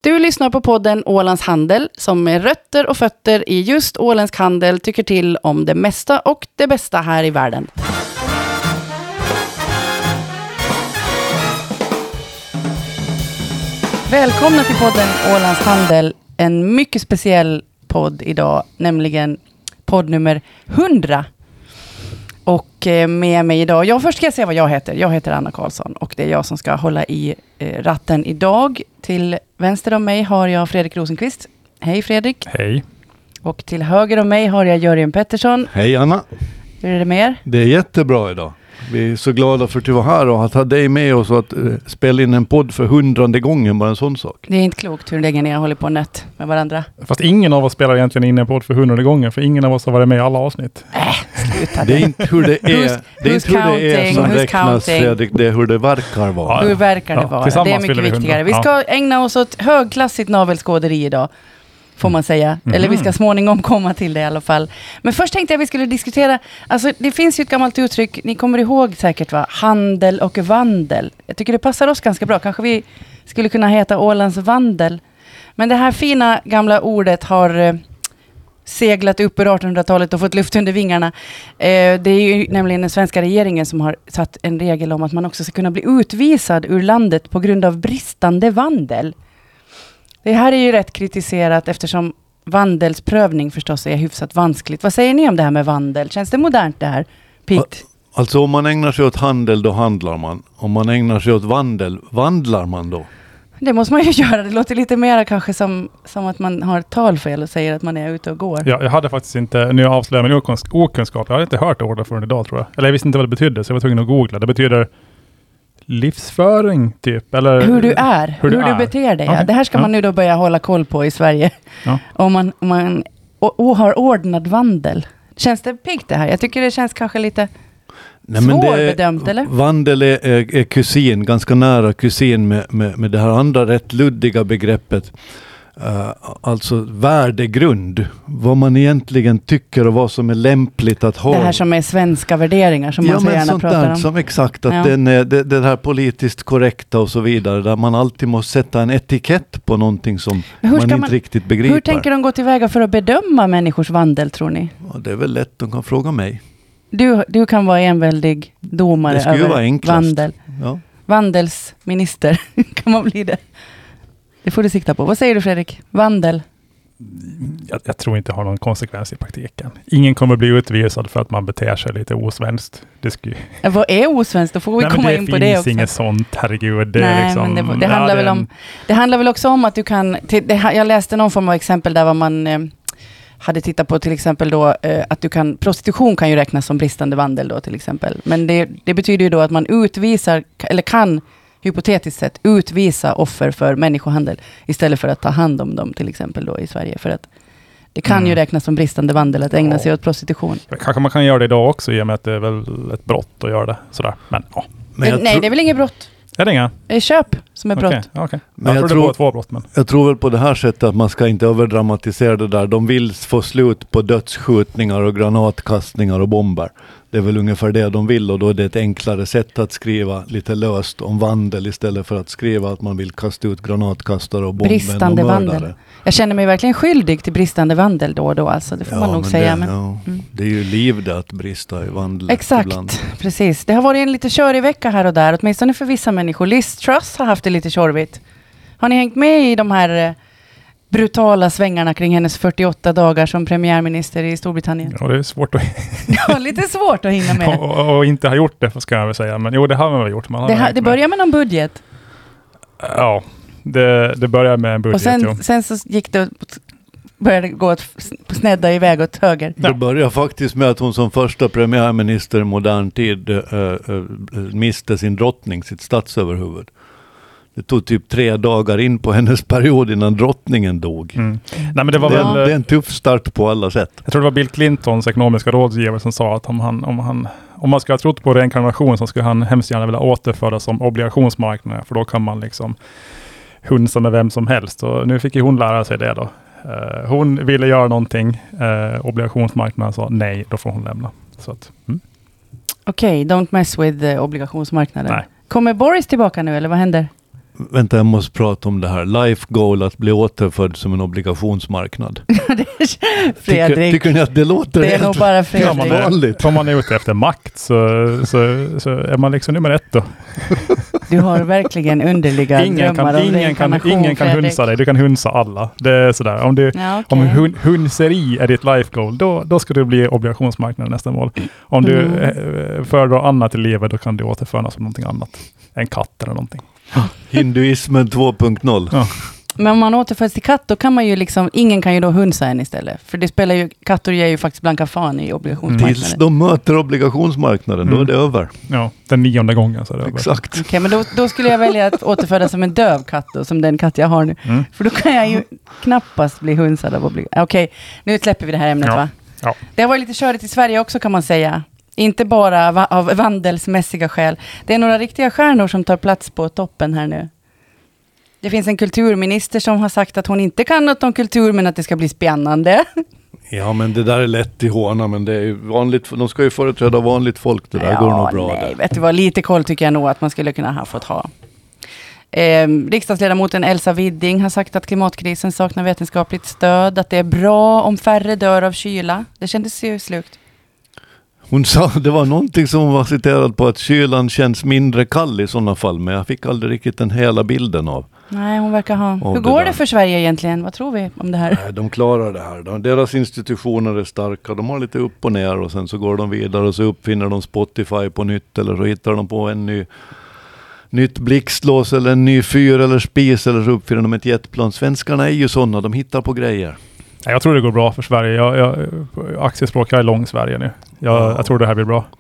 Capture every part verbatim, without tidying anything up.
Du lyssnar på podden Ålands Handel som med rötter och fötter i just åländsk handel tycker till om det mesta och det bästa här i världen. Välkomna till podden Ålands Handel, en mycket speciell podd idag, nämligen podd nummer hundra. Och med mig idag, jag först ska jag säga vad jag heter. Jag heter Anna Karlsson och det är jag som ska hålla i eh, ratten idag. Till vänster om mig har jag Fredrik Rosenqvist. Hej Fredrik. Hej. Och till höger om mig har jag Jörgen Pettersson. Hej Anna. Hur är det med er? Det är jättebra idag. Vi är så glada för att du var här och att ha dig med oss och att uh, spela in en podd för hundrade gången, bara en sån sak. Det är inte klokt hur länge ni har hållit på nött med varandra. Fast ingen av oss spelar egentligen in en podd för hundrade gånger, för ingen av oss har varit med i alla avsnitt. Äh, sluta. Det är inte hur det är, who's, det är, inte hur det är som who's räknas, counting? Fredrik. Det är hur det verkar vara. Ja, hur verkar det ja, vara? Det är mycket vi viktigare. Vi ska ja. ägna oss åt högklassigt navelskåderi idag. Får man säga. Mm. Eller vi ska småningom komma till det i alla fall. Men först tänkte jag att vi skulle diskutera, alltså det finns ju ett gammalt uttryck, ni kommer ihåg säkert va? Handel och vandel. Jag tycker det passar oss ganska bra. Kanske vi skulle kunna heta Ålands vandel. Men det här fina gamla ordet har eh, seglat upp ur artonhundratalet och fått luft under vingarna. Eh, det är ju nämligen den svenska regeringen som har satt en regel om att man också ska kunna bli utvisad ur landet på grund av bristande vandel. Det här är ju rätt kritiserat eftersom vandelsprövning förstås är hyfsat vanskligt. Vad säger ni om det här med vandel? Känns det modernt det här? Pitt? Alltså om man ägnar sig åt handel, då handlar man. Om man ägnar sig åt vandel, vandlar man då? Det måste man ju göra. Det låter lite mer kanske som, som att man har talfel och säger att man är ute och går. Ja, jag hade faktiskt inte, nu avslöjar min okun- okunskap, jag hade inte hört ordet förrän idag tror jag. Eller jag visste inte vad det betydde, så jag var tvungen att googla. Det betyder livsföring typ, eller hur du är, hur, hur du, du du är. beter dig. Ja. Okay. Det här ska ja. man nu då börja hålla koll på i Sverige. Ja. Om man, om man och, och har ordnad vandel. Känns det piggt det här? Jag tycker det känns kanske lite Nej, men svårbedömt, det, eller? Vandel är, är, är kusin, ganska nära kusin med, med, med det här andra rätt luddiga begreppet. Uh, alltså värdegrund. Vad man egentligen tycker och vad som är lämpligt att ha. Det här som är svenska värderingar som ja, man så men gärna sånt pratar där, om. som exakt att Ja. den är, det, det här politiskt korrekta och så vidare. Där man alltid måste sätta en etikett på någonting som man inte man, riktigt begriper. Hur tänker de gå tillväga för att bedöma människors vandel, tror ni? Ja, det är väl lätt, de kan fråga mig. Du, du kan vara en väldig domare Det skulle ju över vara enklast. vandel. Ja. Vandelsminister kan man bli det. Det får du sikta på. Vad säger du Fredrik? Vandel? Jag, jag tror inte har någon konsekvens i praktiken. Ingen kommer bli utvisad för att man beter sig lite osvenskt. Det skulle... Ja, vad är osvenskt? Då får vi Nej, komma det in på det också. finns inget sånt, herregud. Det, Nej, är liksom, men det, det, handlar ja, väl det, om, det handlar väl också om att du kan... Till, det, jag läste någon form av exempel där var man... Eh, hade tittat på till exempel då eh, att du kan, prostitution kan ju räknas som bristande vandel då till exempel. Men det, det betyder ju då att man utvisar, eller kan hypotetiskt sett utvisa offer för människohandel istället för att ta hand om dem till exempel då i Sverige. För att det kan mm. ju räknas som bristande vandel att ägna ja. sig åt prostitution. Kanske man kan göra det idag också i och med att det är väl ett brott att göra det. Sådär. Men, ja. Men jag Nej, tro- det är väl inget brott. Är det inga? Det är köp som är brott. Okay, okay. Men jag, jag tror det var tror- två brott. Men... Jag tror väl på det här sättet att man ska inte överdramatisera det där. De vill få slut på dödsskjutningar och granatkastningar och bomber. Det är väl ungefär det de vill och då är det ett enklare sätt att skriva lite löst om vandel istället för att skriva att man vill kasta ut granatkastare och bomben Bristande och mördare. vandel. Jag känner mig verkligen skyldig till bristande vandel då och då. Alltså. Det får Ja, man nog men säga. Det, Men, ja, mm. det är ju liv det att brista i vandel. Exakt, ibland. precis. Det har varit en lite körig vecka här och där. Åtminstone för vissa människor. Liz Truss har haft det lite körvigt. Har ni hängt med i de här eh, brutala svängarna kring hennes fyrtioåtta dagar som premiärminister i Storbritannien? Ja, det är svårt att... Ja, lite svårt att hinna med. och, och, och inte ha gjort det, ska jag väl säga. Men jo, det har man väl gjort. Man har Det, väl ha, hängt det med. börjar med någon budget. Ja, det, det börjar med en budget. Och sen, jo. sen så gick det, började det gå åt, snedda iväg åt höger. Det börjar faktiskt med att hon som första premiärminister i modern tid äh, äh, miste sin drottning, sitt statsöverhuvud. Det tog typ tre dagar in på hennes period innan drottningen dog. Mm. Nej, men det, var det, väl, är, det är en tuff start på alla sätt. Jag tror det var Bill Clintons ekonomiska rådgivare som sa att om, han, om, han, om man ska ha trott på reinkarnation så skulle han hemskt gärna vilja återföra som obligationsmarknaden. För då kan man liksom hunsa med vem som helst. Och nu fick ju hon lära sig det då. Uh, hon ville göra någonting. Uh, obligationsmarknaden sa nej, då får hon lämna. Så att, mm. Okej, okay, don't mess with uh, obligationsmarknaden. Nej. Kommer Boris tillbaka nu eller vad händer? Vänta, jag måste prata om det här. Life goal att bli återfödd som en obligationsmarknad. Fredrik. Tycker, tycker ni att det låter det är helt nog bara Fredrik. vanligt? Om man är ute efter makt så, så, så är man liksom nummer ett då. Du har verkligen underliga ingen drömmar kan, om ingen kan, ingen kan Fredrik. hunsa dig. Du kan hunsa alla. Det är sådär. Om, du, Ja, okay. om hun, hunseri är ditt life goal, då, då ska du bli obligationsmarknaden nästa mål. Om du Mm. eh, föredrar annat i livet, då kan du återföras som någonting annat. En katt eller någonting. Hinduismen två punkt noll. Ja. Men om man återförs till katt, då kan man ju liksom, ingen kan ju då hunsa en istället. För det spelar ju, katter ger ju faktiskt blanka fan i obligationsmarknaden. Tills de möter obligationsmarknaden, då är det över. Ja, den nionde gången så är det över. Exakt. Okej, okay, men då, då skulle jag välja att återfödas som en döv katt då, som den katt jag har nu. Mm. För då kan jag ju knappast bli hunsad av obligation. Okej, okay, nu släpper vi det här ämnet Ja. va? Ja. Det har varit lite körigt i Sverige också kan man säga. Inte bara va- av vandelsmässiga skäl. Det är några riktiga stjärnor som tar plats på toppen här nu. Det finns en kulturminister som har sagt att hon inte kan något om kultur, men att det ska bli spännande. Ja, men det där är lätt i håna, men det är ju vanligt, de ska ju företräda vanligt folk, det där ja, går nog bra. Nej, där. vet du vad, lite koll tycker jag nog att man skulle kunna ha fått ha. Eh, riksdagsledamoten Elsa Widding har sagt att klimatkrisen saknar vetenskapligt stöd, att det är bra om färre dör av kyla. Det kändes ju slukt. Hon sa, det var någonting som hon var citerad på, att kylan känns mindre kall i sådana fall, men jag fick aldrig riktigt den hela bilden av. Nej, hon verkar ha. Av Hur det går där. det för Sverige egentligen? Vad tror vi om det här? Nej, de klarar det här. De, deras institutioner är starka, de har lite upp och ner och sen så går de vidare och så uppfinner de Spotify på nytt, eller så hittar de på en ny nytt blixtlås eller en ny fyr eller spis, eller så uppfinner de ett jetplan. Svenskarna är ju sådana, de hittar på grejer. Jag tror det går bra för Sverige. Jag, jag, aktiespråk, jag är lång Sverige nu. Jag, Ja. jag tror det här blir bra.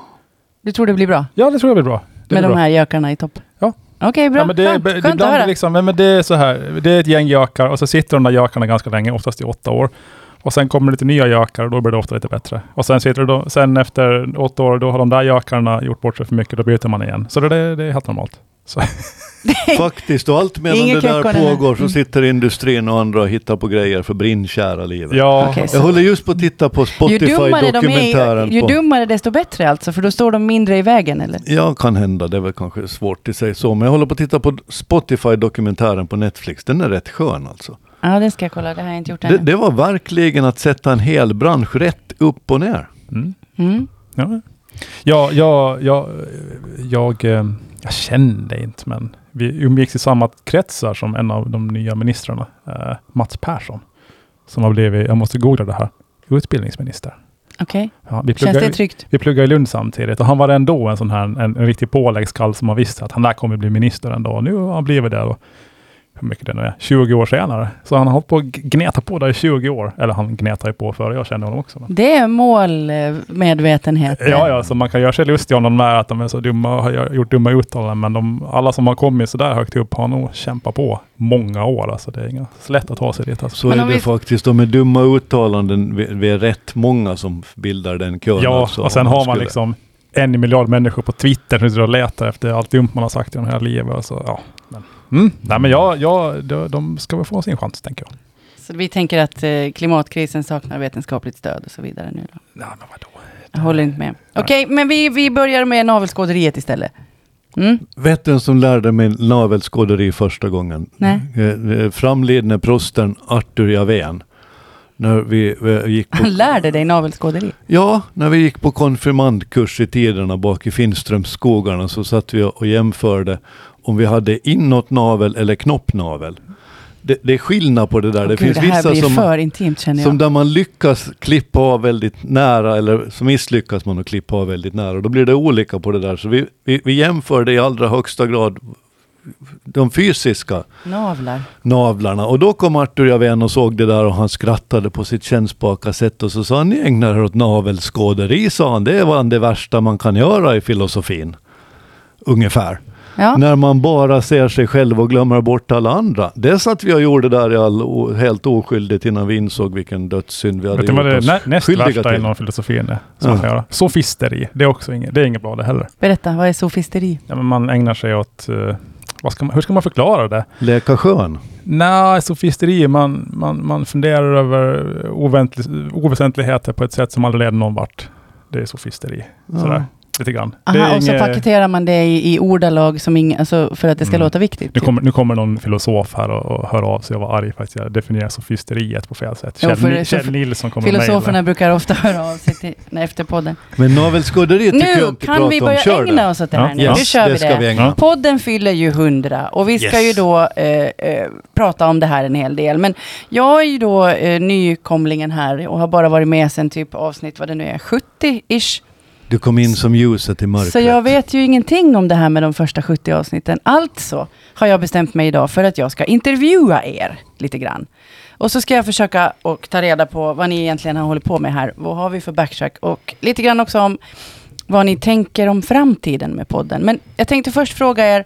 Du tror det blir bra? Ja, det tror jag blir bra. Det Med blir de bra. här gökarna i topp? Ja. Okej, okay, bra. Ja, men det, Skönt, det, Skönt det, att ibland höra. liksom, men, men det är så här. Det är ett gäng gökar och så sitter de där gökarna ganska länge, oftast i åtta år. Och sen kommer det lite nya gökar och då blir det ofta lite bättre. Och sen sitter de, sen efter åtta år, då har de där gökarna gjort bort sig för mycket, då byter man igen. Så det, det, det är helt normalt. Så. Faktiskt, och allt medan Inget det där Kekkonen. pågår så Mm. sitter industrin och andra och hittar på grejer för brinnkära livet. Ja, Okej, Jag håller just på att titta på Ju dummare, de är, Spotify-dokumentären. ju på... dummare desto bättre alltså, för då står de mindre i vägen, eller? Ja, kan hända. Det är väl kanske svårt att säga så. Men jag håller på att titta på Spotify-dokumentären på Netflix. Den är rätt skön alltså. Ja, det ska jag kolla. Det har jag inte gjort Det, ännu. det var verkligen att sätta en hel bransch rätt upp och ner. mm. Mm. Ja, ja, ja, ja, jag, eh, jag kände inte, men vi umgicks i samma kretsar som en av de nya ministrarna, eh, Mats Persson, som har blivit, jag måste googla det här, utbildningsminister. Okej. Ja, vi Känns pluggar, det tryggt? vi pluggar i Lund samtidigt och han var ändå en sån här, en, en riktig påläggskall som har visst att han där kommer bli minister ändå. Och nu har han blivit där och hur mycket det nu är, tjugo år senare. Så han har hållit på att gneta på där i tjugo år. Eller han gnetar ju på före jag kände honom också. Men. Det är målmedvetenhet. Ja, ja, så man kan göra sig lustig om de med att de är så dumma och har gjort dumma uttalanden. Men de, alla som har kommit så där högt upp har nog kämpat på många år. Alltså det är inga lätt att ta sig dit. Alltså. Så Men är om det vi- faktiskt. De är dumma uttalanden. Vi, vi är rätt många som bildar den kön. Ja, alltså, och sen om har man skulle- liksom en miljard människor på Twitter som sitter och letar efter allt dumt man har sagt i de här livet. Och så, ja. Men, mm. Nej, men jag, jag, de, de ska väl få sin chans, tänker jag. Så vi tänker att eh, klimatkrisen saknar vetenskapligt stöd och så vidare nu då. Nej, men vadå? Jag håller inte med. Okej, men vi, vi börjar med navelskåderiet istället. Mm? Vet du vem som lärde mig navelskåderi första gången? Nej. Eh, eh, Framlidne prosten Arthur Javén. När vi eh, gick på... Han lärde dig navelskåderi. Ja, när vi gick på konfirmandkurs i tiderna bak i Finströmsskogarna så satt vi och jämförde om vi hade inåt navel eller knoppnavel. Det, det är skillnad på det där. Åh, det Gud, finns det här vissa blir som, för intimt känner jag. som där man lyckas klippa av väldigt nära eller så misslyckas man att klippa av väldigt nära. Då blir det olika på det där. Så vi, vi, vi jämförde i allra högsta grad de fysiska Navlar. navlarna. Och då kom Arthur Javén och såg det där och han skrattade på sitt kännspaka sätt och så sa han, ni ägnar er åt navelskåderi, sa han. Det var det värsta man kan göra i filosofin. Ungefär. Ja. När man bara ser sig själv och glömmer bort alla andra. Det satt vi och gjorde där i all, o, helt oskyldigt innan vi insåg vilken dödssynd vi hade Vet du vad gjort det oss nä, näst skyldiga värsta till. inom filosofin är? Som man Ja. kan göra. Sofisteri. Det är också inget, det är inget bra det heller. Berätta, vad är sofisteri? Ja, men man ägnar sig åt... Uh, vad ska man, hur ska man förklara det? Leka skön. Nej, sofisteri. Man, man, man funderar över oväntlig, oväsentligheter på ett sätt som aldrig leder någon vart. Det är sofisteri. Ja. Sådär. lite grann. Aha, det är och så inget... paketerar man det i, i ordalag som ing, alltså för att det ska mm. låta viktigt. Nu kommer, nu kommer någon filosof här och, och hör av sig och var arg för att jag definierar sofisteriet på fel sätt. Jo, Kjell, Kjell Nilsson kommer filosoferna brukar ofta höra av sig till, nej, efter podden. Men navelskåderiet tycker jag inte Nu kan vi börja om. ägna oss åt det här. Ja. Nu. Yes, nu kör det vi ska det. vi ägna. Podden fyller ju hundra och vi ska yes. ju då eh, eh, prata om det här en hel del. Men jag är ju då eh, nykomlingen här och har bara varit med sedan typ avsnitt, vad det nu är, sjuttio-ish. Du kom in som ljuset i mörkret. Så jag vet ju ingenting om det här med de första sjuttio avsnitten. Alltså har jag bestämt mig idag för att jag ska intervjua er lite grann. Och så ska jag försöka och ta reda på vad ni egentligen har hållit på med här. Vad har vi för backtrack? Och lite grann också om vad ni tänker om framtiden med podden. Men jag tänkte först fråga er,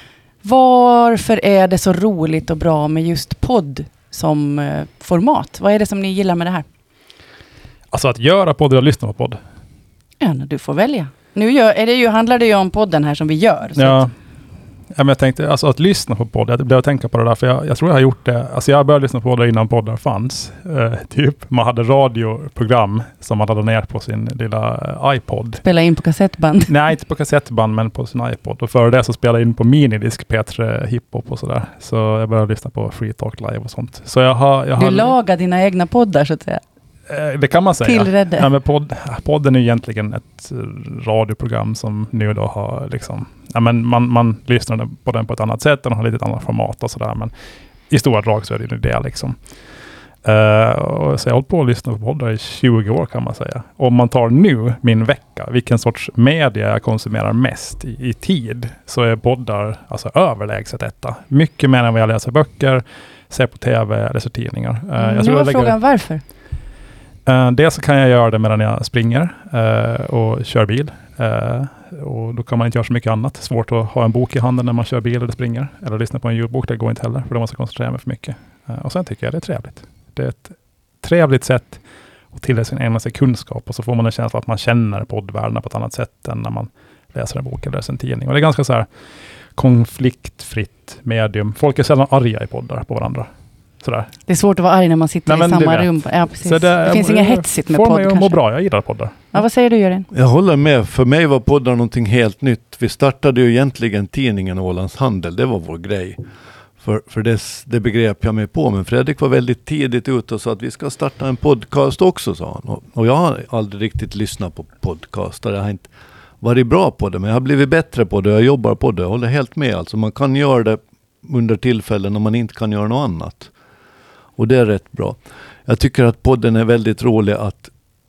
varför är det så roligt och bra med just podd som eh, format? Vad är det som ni gillar med det här? Alltså att göra podd och lyssna på podd. Ja, du får välja. Nu gör, är det ju, handlar det ju om podden här som vi gör. Så ja. att... ja, men jag tänkte alltså att lyssna på podd. Jag blev att tänka på det där, för jag, jag tror jag har gjort det. Alltså jag började lyssna på poddar innan poddar fanns. Uh, typ, man hade radioprogram som man hade ner på sin lilla uh, iPod. Spela in på kassettband. Nej, inte på kassettband, men på sin iPod. Och före det så spelade jag in på minidisk P tre hiphop och sådär. Så jag började lyssna på Free Talk Live och sånt. Så jag har... Jag du har, lagar dina egna poddar så att säga. Det kan man säga. Tillredde. Ja, men podd, podden är egentligen ett radioprogram som nu då har liksom, ja, men man, man lyssnar på den på ett annat sätt, den har lite annat format och sådär, men i stora drag så är det ju det liksom. Uh, och så jag har hållit på att lyssna på poddar i tjugo år kan man säga. Om man tar nu min vecka, vilken sorts media jag konsumerar mest i, i tid, så är poddar alltså överlägset detta. Mycket mer än vad jag läser böcker, ser på tv, läser tidningar. Uh, Mm, jag nu var lägger... frågan varför? Uh, dels så kan jag göra det medan jag springer uh, och kör bil. Uh, och då kan man inte göra så mycket annat. Svårt att ha en bok i handen när man kör bil eller springer. Eller lyssna på en ljudbok, det går inte heller. För då måste jag koncentrera mig för mycket. Uh, och sen tycker jag det är trevligt. Det är ett trevligt sätt att tillägga sin egen kunskap. Och så får man en känsla att man känner poddvärlden på ett annat sätt än när man läser en bok eller läser en tidning. Och det är ganska så här konfliktfritt medium. Folk är sällan arga i poddar på varandra. Sådär. Det är svårt att vara arg när man sitter Nej, i samma rum. Ja, precis. Det, det finns inget hetsigt med podd. Får mig att må bra, jag gillar poddar. Ja, vad säger du, Jörgen? Jag håller med. För mig var poddar någonting helt nytt. Vi startade ju egentligen tidningen Ålands Handel. Det var vår grej. För, för det, det begrep jag mig på. Men Fredrik var väldigt tidigt ute och sa att vi ska starta en podcast också, sa han. Och, och jag har aldrig riktigt lyssnat på podcastar. Jag har inte varit bra på det, men jag har blivit bättre på det. Jag jobbar på det. Jag håller helt med. Alltså man kan göra det under tillfällen när man inte kan göra något annat. Och det är rätt bra. Jag tycker att podden är väldigt rolig att,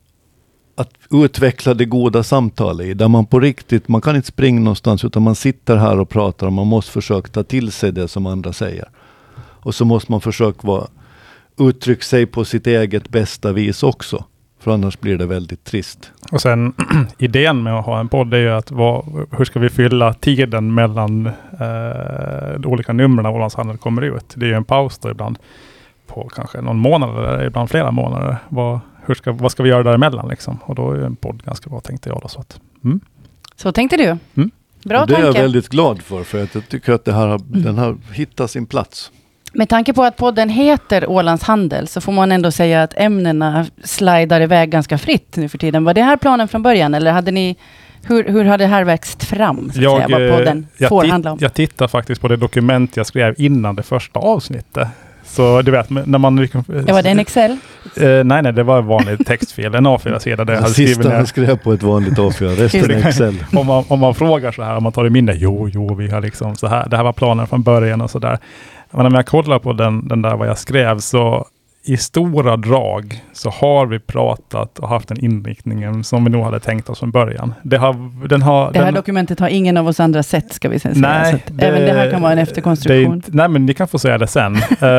att utveckla det goda samtalet i. Där man på riktigt, man kan inte springa någonstans utan man sitter här och pratar och man måste försöka ta till sig det som andra säger. Och så måste man försöka vara, uttrycka sig på sitt eget bästa vis också. För annars blir det väldigt trist. Och sen idén med att ha en podd är ju att vad, hur ska vi fylla tiden mellan eh, de olika numren av Ålands Handel kommer ut. Det är ju en paus då ibland på kanske någon månad eller ibland flera månader. Vad, hur ska, vad ska vi göra däremellan liksom? Och då är en podd ganska bra, tänkte jag då. Så, att, mm. så tänkte du? Mm. Bra och det tanke. är jag väldigt glad för, för att jag tycker att det här har, mm. den har hittat sin plats. Med tanke på att podden heter Ålands Handel så får man ändå säga att ämnena slidar iväg ganska fritt nu för tiden. Var det här planen från början eller hade ni, hur, hur har det här växt fram? Så jag, att säga, vad podden jag får titt, handla om? Jag tittar faktiskt på det dokument jag skrev innan det första avsnittet. Så du vet, när man... Ja, var det en Excel? Uh, nej, nej, det var en vanlig textfil. En A fyra-sida. Det sista han skrev på ett vanligt A fyra, resten är Excel. om, man, om man frågar så här, om man tar i minne, jo, jo, vi har liksom så här, det här var planen från början och så där. Men om jag kollar på den, den där vad jag skrev så i stora drag så har vi pratat och haft den inriktningen som vi nog hade tänkt oss från början. Det, har, den har, det här den, dokumentet har ingen av oss andra sett, ska vi säga. Nej, så att det, även det här kan vara en efterkonstruktion. Det inte, nej, men ni kan få säga det sen. uh,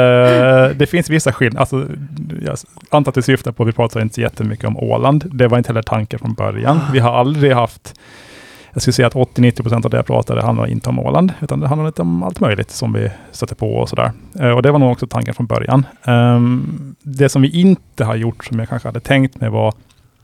det finns vissa skillnader. Alltså, jag antar att det syftar på att vi pratar inte jättemycket om Åland. Det var inte heller tanken från början. Vi har aldrig haft... Jag skulle säga att åttio till nittio procent av det jag pratade handlar inte om Åland, utan det handlar lite om allt möjligt som vi sätter på och sådär. Uh, och det var nog också tanken från början. Um, det som vi inte har gjort, som jag kanske hade tänkt mig, var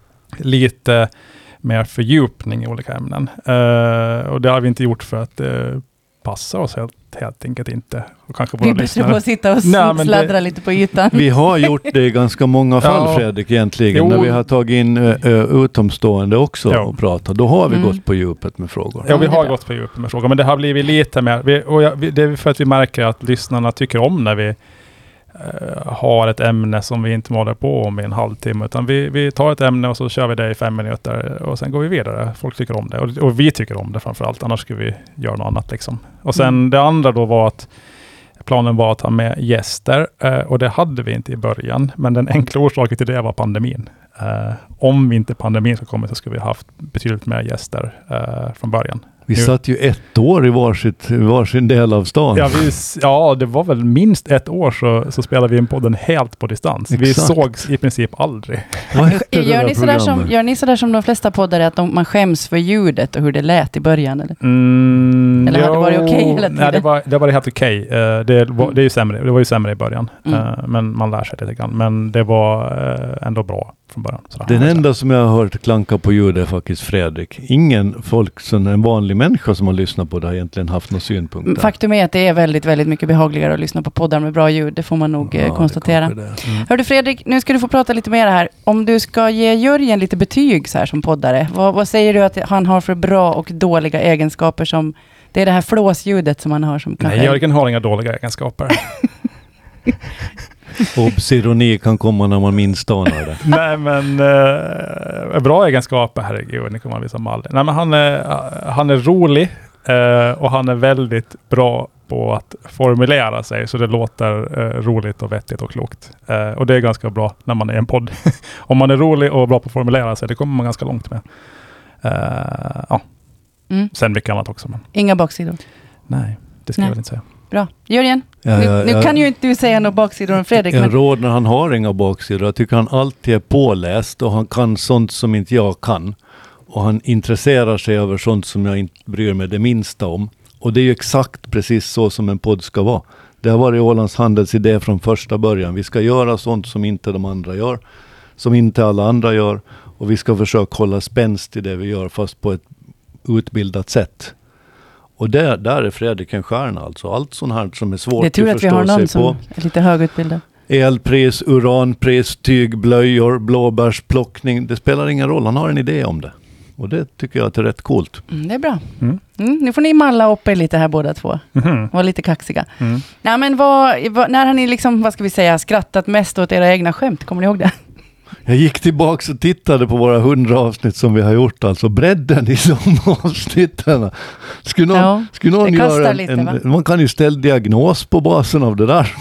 lite mer fördjupning i olika ämnen. Uh, och det har vi inte gjort för att det uh, passar oss helt helt enkelt inte. Och kanske Vi är bättre på att sitta och Nej, sladdra det, lite på ytan. Vi har gjort det i ganska många fall, ja. Fredrik, egentligen. Jo. När vi har tagit in ö, ö, utomstående också jo. och pratat. Då har vi mm. gått på djupet med frågor. Ja, vi har gått på djupet med frågor. Men det har blivit lite mer. Vi, och jag, vi, det är för att vi märker att lyssnarna tycker om när vi Uh, har ett ämne som vi inte målar på om i en halvtimme, utan vi, vi tar ett ämne och så kör vi det i fem minuter och sen går vi vidare. Folk tycker om det och, och vi tycker om det framförallt, annars ska vi göra något annat liksom. Och sen mm. det andra då var att planen var att ha med gäster uh, och det hade vi inte i början, men den enkla orsaken till det var pandemin. Uh, om inte pandemin ska komma så skulle vi ha haft betydligt mer gäster uh, från början. Vi nu. satt ju ett år i varsitt, varsin del av stan. Ja, vi, ja, det var väl minst ett år så, så spelade vi in podden helt på distans. Exakt. Vi sågs i princip aldrig. Gör ni, sådär som, gör ni sådär som de flesta poddare att de, man skäms för ljudet och hur det lät i början? Eller, mm, eller hade det varit okej okay hela tiden? Nej, det var, det var helt okej. Okay. Uh, det, mm. det, är ju sämre, det var ju sämre i början. Mm. Uh, men man lär sig lite grann. Men det var uh, ändå bra från början. Så den enda som jag har hört klanka på ljud är faktiskt Fredrik. Ingen folk som en vanlig människa som har lyssnat på det har egentligen haft några synpunkter. Faktum är att det är väldigt, väldigt mycket behagligare att lyssna på poddar med bra ljud. Det får man nog ja, konstatera. Mm. Hör du Fredrik, nu ska du få prata lite mer här. Om du ska ge juryn lite betyg så här som poddare. Vad, vad säger du att han har för bra och dåliga egenskaper som... Det är det här flåsljudet som han har som kanske... Nej, Jörgen har inga dåliga egenskaper. Obsironi kan komma när man minst anar det. Nej, men uh, bra egenskaper, herregud, ni kommer att visa mal. Nej, men han är, uh, han är rolig uh, och han är väldigt bra på att formulera sig så det låter uh, roligt och vettigt och klokt. Uh, och det är ganska bra när man är en podd. Om man är rolig och bra på att formulera sig, det kommer man ganska långt med. Uh, ja. Mm. Sen mycket annat också. Men. Inga baksidor? Nej, det ska Nej. jag väl inte säga. Bra. Jörgen, ja, ja, ja. nu, nu kan ju inte du säga några baksidor om Fredrik. Jag men... råd när han har inga baksidor. Jag tycker han alltid är påläst och han kan sånt som inte jag kan. Och han intresserar sig över sånt som jag inte bryr mig det minsta om. Och det är ju exakt precis så som en podd ska vara. Det har varit Ålands Handels idé från första början. Vi ska göra sånt som inte de andra gör. Som inte alla andra gör. Och vi ska försöka hålla spänst i det vi gör fast på ett utbildat sätt. Och där, där är Fredrik en stjärna alltså. Allt sånt här som är svårt att förstå sig på. Det är tur att vi har någon som är lite högutbildad. Elpris, uranpris, tyg, blöjor, blåbärsplockning. Det spelar ingen roll. Han har en idé om det. Och det tycker jag att är rätt coolt. Mm, det är bra. Mm. Mm, nu får ni malla upp er lite här båda två. Mm. Var lite kaxiga. Mm. Nej, men vad, vad, när har ni liksom, vad ska vi säga, skrattat mest åt era egna skämt? Kommer ni ihåg det? Jag gick tillbaka och tittade på våra hundra avsnitt som vi har gjort. Alltså bredden i de avsnitten. Skulle någon, ja, skulle någon göra en, lite, en, man kan ju ställa diagnos på basen av det där.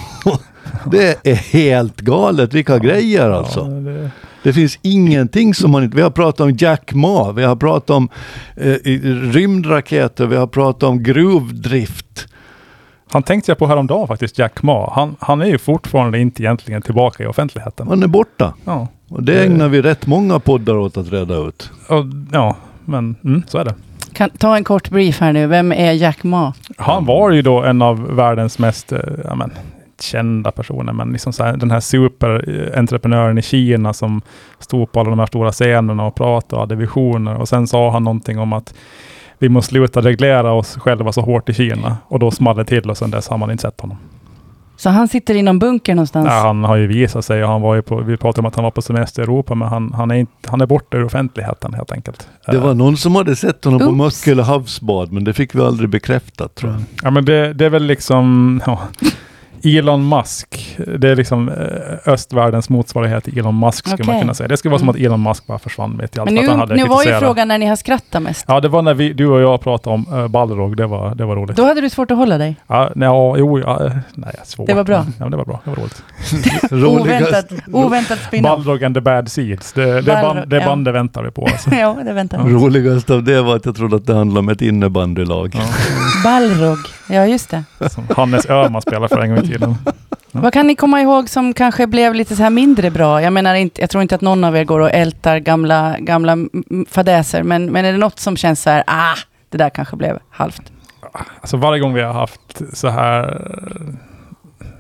Det är helt galet. Vilka grejer alltså. Ja, det... det finns ingenting som man inte... Vi har pratat om Jack Ma. Vi har pratat om eh, rymdraketer. Vi har pratat om gruvdrift. Han tänkte jag på häromdagen faktiskt, Jack Ma. Han, han är ju fortfarande inte egentligen tillbaka i offentligheten. Han är borta. Ja. Och det ägnar vi rätt många poddar åt att reda ut. Och, ja, men mm, så är det. Kan ta en kort brief här nu. Vem är Jack Ma? Han var ju då en av världens mest ja, men, kända personer. Men liksom så här, den här superentreprenören i Kina som stod på alla de här stora scenerna och pratade och hade visioner. Och sen sa han någonting om att vi måste sluta reglera oss själva så hårt i Kina. Och då small det till och sen dess har man inte sett honom. Så han sitter i någon bunker någonstans? Ja, han har ju visat sig. Och han var ju på, vi pratade om att han var på semester i Europa. Men han, han, är, inte, han är borta ur offentligheten helt enkelt. Det var någon som hade sett honom Oops. på Möskele havsbad. Men det fick vi aldrig bekräftat tror jag. Mm. Ja men det, det är väl liksom... Ja. Elon Musk, det är liksom östvärldens motsvarighet till Elon Musk skulle okay. man kunna säga. Det skulle vara som att Elon Musk bara försvann vet jag. Men nu, han hade nu var ju frågan när ni har skrattat mest. Ja, det var när vi, du och jag pratade om uh, Balrog, det var, det var roligt. Då hade du svårt att hålla dig? Ja, nej, ja jo, ja, nej, svårt. Det var bra. Ja, det var bra, det var roligt. oväntat, oväntat spin-off. Balrog and the Bad Seeds, det, det, Balrog, band, det ja. bandet väntar vi på. Alltså. ja, det väntar vi. Roligast av det var att jag trodde att det handlade om ett innebandylag. Ja. Balrog, ja just det. Som Hannes Öhman spelar för en gång i tiden. Ja. Vad kan ni komma ihåg som kanske blev lite så här mindre bra? Jag menar inte, jag tror inte att någon av er går och ältar gamla, gamla fadäser, men, men är det något som känns så här, ah, det där kanske blev halvt? Alltså varje gång vi har haft så här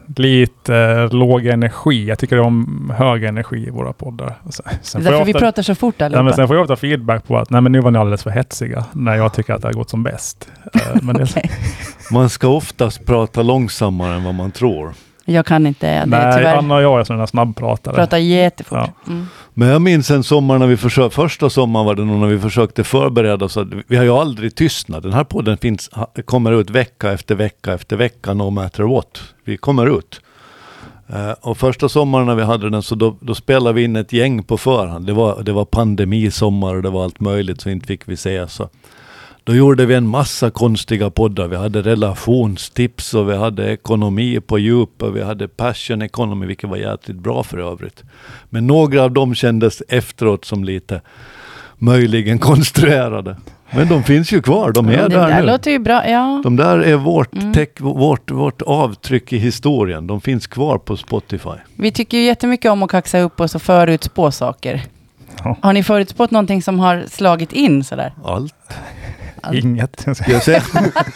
lite eh, låg energi. Jag tycker om hög energi i våra poddar. Sen, sen Därför ofta, vi pratar så fort allihopa. Nej, men sen får jag ofta feedback på att nej, men nu var ni alldeles för hetsiga när jag tycker att det har gått som bäst. Uh, men det, Okay. Man ska oftast prata långsammare än vad man tror. Jag kan inte det. nej, Tyvärr. Anna och jag är sådana snabbpratare. Pratar jättefort. Ja. Mm. Men jag minns en sommar när vi försökte, första sommaren var det nog när vi försökte förbereda oss. Vi har ju aldrig tystnat. Den här podden finns, kommer ut vecka efter vecka efter vecka, no matter what. Vi kommer ut. Uh, och första sommaren när vi hade den så då, då spelade vi in ett gäng på förhand. Det var, det var pandemisommar och det var allt möjligt så inte fick vi se så. Då gjorde vi en massa konstiga poddar. Vi hade relationstips och vi hade ekonomi på djup och vi hade passion economy, vilket var jävligt bra för övrigt. Men några av dem kändes efteråt som lite möjligen konstruerade. Men de finns ju kvar, de är Det där, där nu. låter ju bra, ja. De där är vårt, Mm. tech, vårt, vårt avtryck i historien. De finns kvar på Spotify. Vi tycker ju jättemycket om att kaxa upp oss och förutspå saker. Ja. Har ni förutspått någonting som har slagit in sådär? Allt. Allt. Inget. Ska jag säga?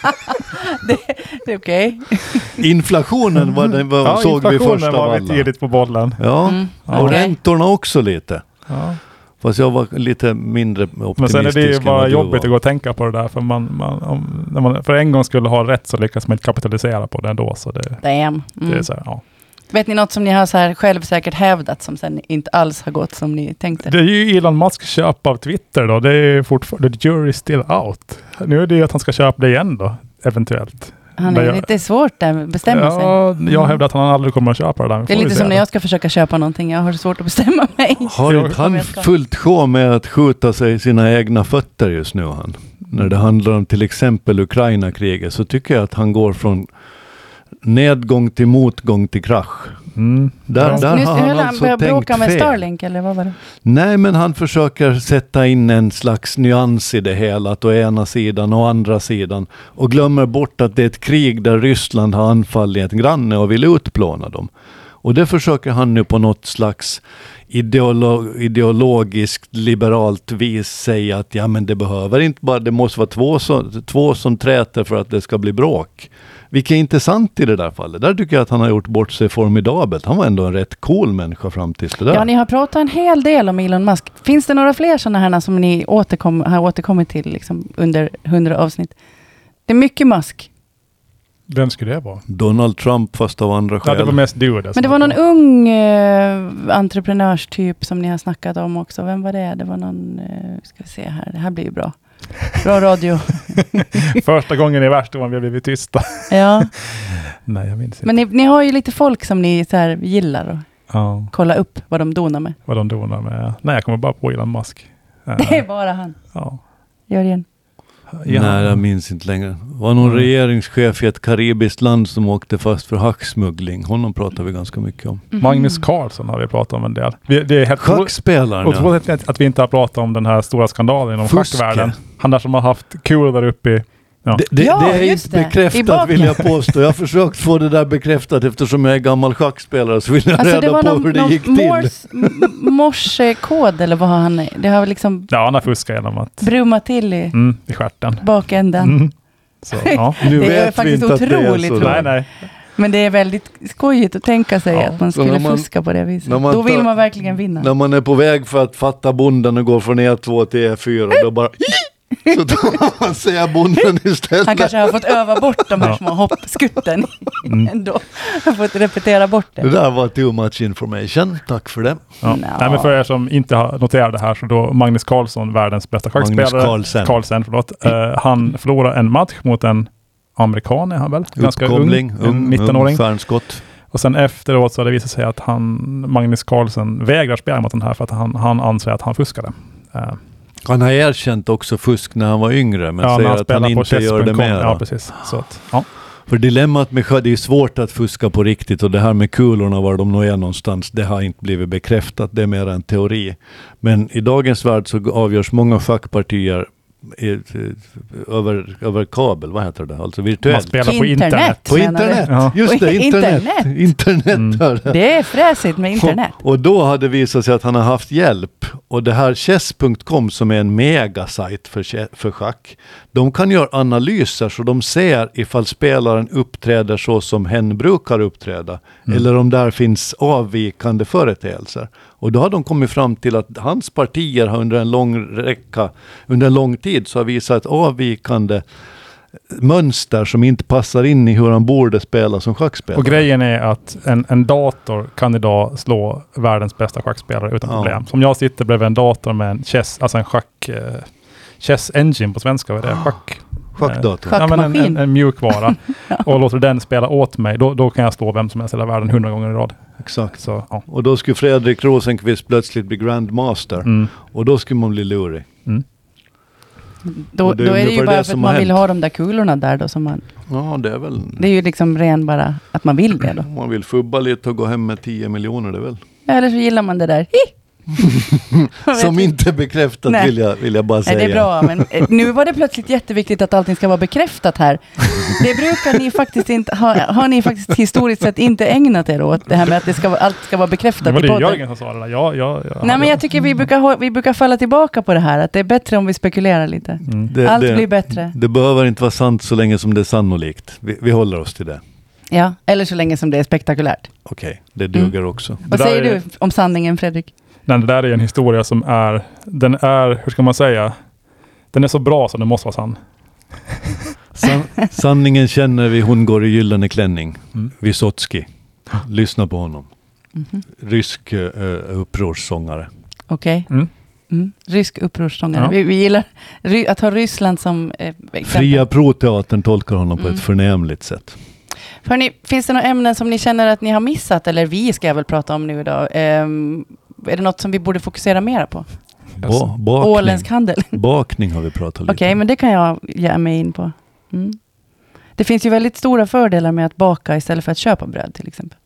det, det är okej. Inflationen var den, var, Ja, såg vi först av var vi alla. tidigt på bollen. Ja, Mm, och okej. räntorna också lite. Ja. Fast jag var lite mindre optimistisk. Men sen är det ju än bara vad du jobbigt var. att gå och tänka på det där. För, man, man, om, när man för en gång skulle ha rätt så lyckas man inte kapitalisera på det ändå. Så det, Damn. det är Mm. så här, ja. Vet ni något som ni har så här självsäkert hävdat som sen inte alls har gått som ni tänkte? Det är ju Elon Musks köp av Twitter då. Det är fortfarande, the jury is still out. Nu är det ju att han ska köpa det igen då, eventuellt. Han Men är jag- lite svårt där att bestämma sig. Ja, jag hävdar att han aldrig kommer att köpa det där. Det är lite som när jag ska försöka köpa någonting. Jag har svårt att bestämma mig. Har Jag- inte han jag ska- fullt sjå med att skjuta sig sina egna fötter just nu han? När det handlar om till exempel Ukraina-kriget så tycker jag att han går från nedgång till motgång till krasch. Mm. Där, Ja. där Nu har höll han han alltså börjat tänkt bråka med fel. Starlink eller vad var det? Nej, men han försöker sätta in en slags nyans i det hela, att å ena sidan och andra sidan, och glömmer bort att det är ett krig där Ryssland har anfallit en granne och vill utplåna dem. Och det försöker han nu på något slags ideolo- ideologiskt liberalt vis säga att ja, men det behöver inte bara, det måste vara två som, två som träter för att det ska bli bråk. Vilket är intressant i det där fallet. Där tycker jag att han har gjort bort sig formidabelt. Han var ändå en rätt cool människa fram tills det där. Ja, ni har pratat en hel del om Elon Musk. Finns det några fler sådana här som ni återkom, har återkommit till liksom, under hundra avsnitt? Det är mycket Musk. Vem skulle det vara? Donald Trump fast av andra Ja, skäl. det var mest du. Men det var någon ung eh, entreprenörstyp som ni har snackat om också. Vem var det? Det var någon, eh, ska vi se här, det här blir ju bra. Bra radio. Första gången i världshistorien vi har blivit tysta. Ja, Nej, jag minns inte. men ni, ni har ju lite folk som ni så här gillar och Ja, kolla upp vad de donar med. vad de donar med. Nej, jag kommer bara på Elon Musk. Ja. Det är bara han. Ja. Jörgen. Ja. Nej, jag minns inte längre. Det var någon Mm. regeringschef i ett karibiskt land som åkte fast för hacksmuggling. Honom pratar vi ganska mycket om. Mhm. Magnus Carlsson har vi pratat om en del. Vi, det är helt Schackspelaren, ja. otroligt att- att vi inte har pratat om den här stora skandalen inom Fuske. schackvärlden. Han där som har haft kul där uppe i... Ja. Det, det, Ja, det är just inte det. I bekräftat baken. vill jag påstå. Jag har försökt få det där bekräftat eftersom jag är gammal schackspelare så vill jag Alltså det reda var på någon, hur det någon gick till. Morse, m- morsekod eller vad har han? Det har liksom ja, han har fuskat genom att... brummat till i Mm, i stjärten. bakändan. Mm. Så, ja. Nu Det är vet vi faktiskt inte att det är otroligt så. roligt. Nej, nej. Men det är väldigt skojigt att tänka sig Ja, att man så skulle när man- fuska på det viset. när man Då vill tar- man verkligen vinna. När man är på väg för att fatta bonden och går från E två till E fyra då bara så tar man säga bonden istället. Han kanske har fått öva bort de här Ja. små hoppskutten Mm. ändå. Har fått repetera bort Det det. där var too much information. Tack för det. Ja. Nå. Nej, men för er som inte har noterat det här så då Magnus Carlsson, världens bästa Magnus schackspelare. Carlsen. Carlsen, förlåt. Eh, han förlorade en match mot en amerikan är han väl? Ganska Uppkomling, ung, en nittonåring. stjärnskott. Och sen efteråt så har det visat sig att han, Magnus Carlsen vägrar spela mot den här för att han, han anser att han fuskade. Eh, Han har erkänt också fusk när han var yngre men ja, när säger han att spelar han på inte chess gör punkt det com. mer. Ja, precis. Så att, ja. För dilemmat med schack, det är svårt att fuska på riktigt och det här med kulorna var de nog är någonstans, det har inte blivit bekräftat, det är mer en teori. Men i dagens värld så avgörs många schackpartier i, i, över, över kabel, vad heter det? Alltså Man virtuellt. spelar på Internet. internet. På menar du? internet, Ja. just det, Oj, internet. internet. Internet. Mm. där. Det är fräsigt med internet. Och, och då hade det visat sig att han har haft hjälp. Och Och det här chess punkt com som är en megasajt för, för schack, de kan göra analyser så de ser ifall spelaren uppträder så som hen brukar uppträda. Mm. Eller om där finns avvikande företeelser. Och då har de kommit fram till att hans partier har under en lång räcka, under en lång tid så har visat ett avvikande mönster som inte passar in i hur han borde spela som schackspelare. Och grejen är att en, en dator kan idag slå världens bästa schackspelare utan ja. problem. Som jag sitter bredvid en dator med en chess, alltså en schack, eh, chess engine på svenska, vad är det? Schack, Schackdator. Eh, ja, men en, en, en mjukvara. ja. Och låter den spela åt mig, då, då kan jag slå vem som helst i hela världen hundra gånger i rad. Exakt. Så, ja. Och då skulle Fredrik Rosenqvist plötsligt bli grandmaster. Mm. Och då skulle man bli lurig. Mm. Då, då är det ju bara för att man vill ha de där kulorna där då som man... Ja, det är väl... Det är ju liksom ren bara att man vill det då. Man vill fubba lite och gå hem med tio miljoner, det är väl. Eller så gillar man det där. Som inte är bekräftat vill jag, vill jag bara säga. Nej, det är bra, men nu var det plötsligt jätteviktigt att allting ska vara bekräftat här. Det brukar ni faktiskt inte, ha, har ni faktiskt historiskt sett inte ägnat er åt det här med att det ska, allt ska vara bekräftat. Det var det i podden. Jörgen som sa det där. Ja, ja, ja, Nej, men jag tycker vi brukar, vi brukar falla tillbaka på det här, att det är bättre om vi spekulerar lite. Mm. Det, allt det, blir bättre. Det behöver inte vara sant så länge som det är sannolikt. Vi, vi håller oss till det. Ja, eller så länge som det är spektakulärt. Okej, okay, det duger mm. också. Vad säger är... du om sanningen, Fredrik? Nej, det där är en historia som är, den är, hur ska man säga, den är så bra som den måste vara sann. San, sanningen känner vi, hon går i gyllene klänning. Mm. Vysotsky. Lyssna på honom. Mm-hmm. Rysk uh, upprorssångare. Okej. Okay. Mm. Mm. Rysk upprorssångare. Ja. Vi, vi gillar ry, att ha Ryssland som eh, exempel. Fria Proteatern tolkar honom mm. på ett förnämligt sätt. Hörrni, finns det några ämnen som ni känner att ni har missat? Eller vi ska väl prata om nu idag. Um, är det något som vi borde fokusera mer på? Ba- bakning. Åländsk handel. Bakning har vi pratat lite Okej, okay, men det kan jag ge mig in på. Mm. Det finns ju väldigt stora fördelar med att baka istället för att köpa bröd till exempel.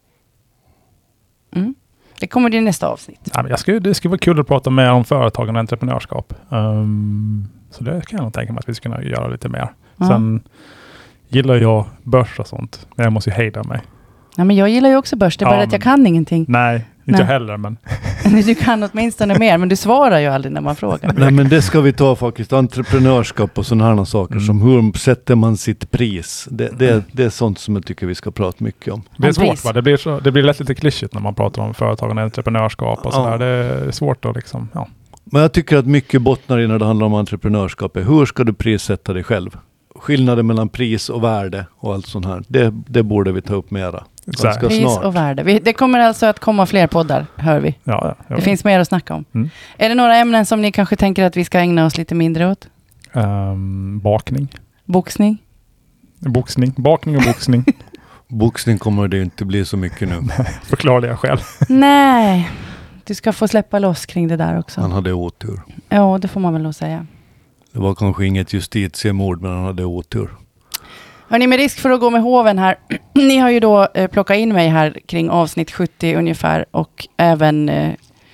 Mm. Det kommer i nästa avsnitt. Ja, men jag skulle, det skulle vara kul att prata mer om företag och entreprenörskap. Um, så det kan jag nog tänka mig att vi ska kunna göra lite mer. Ja. Sen gillar jag börs och sånt. Men jag måste ju hejda mig. Ja, men jag gillar ju också börs. Det är ja, bara men, att jag kan ingenting. Nej, inte nej. jag heller. Men. Du kan åtminstone mer, men du svarar ju aldrig när man frågar. Nej, men det ska vi ta faktiskt. Entreprenörskap och sådana här saker. Mm. Som hur sätter man sitt pris. Det, det, mm. det är sånt som jag tycker vi ska prata mycket om. Det är svårt, va? Det blir, så, det blir lätt lite klyschigt när man pratar om företag och entreprenörskap och sådär. Ja. Det är svårt att liksom, ja. Men jag tycker att mycket bottnar i när det handlar om entreprenörskap är hur ska du prissätta dig själv? Skillnaden mellan pris och värde och allt sånt här. Det, det borde vi ta upp mera. Ganska pris snart. Och värde. Vi, det kommer alltså att komma fler poddar, hör vi. Ja, ja, ja. Det finns mer att snacka om. Mm. Är det några ämnen som ni kanske tänker att vi ska ägna oss lite mindre åt? Um, bakning. Boxning? Boxning. Bakning och boxning. Boxning kommer det inte bli så mycket nu. Förklarliga skäl. Nej, du ska få släppa loss kring det där också. Han hade otur. Ja, det får man väl nog säga. Det var kanske inget justitiemord, men han hade otur. Hörrni, med risk för att gå med hoven här. Ni har ju då eh, plockat in mig här kring avsnitt sjuttio ungefär. Och även eh,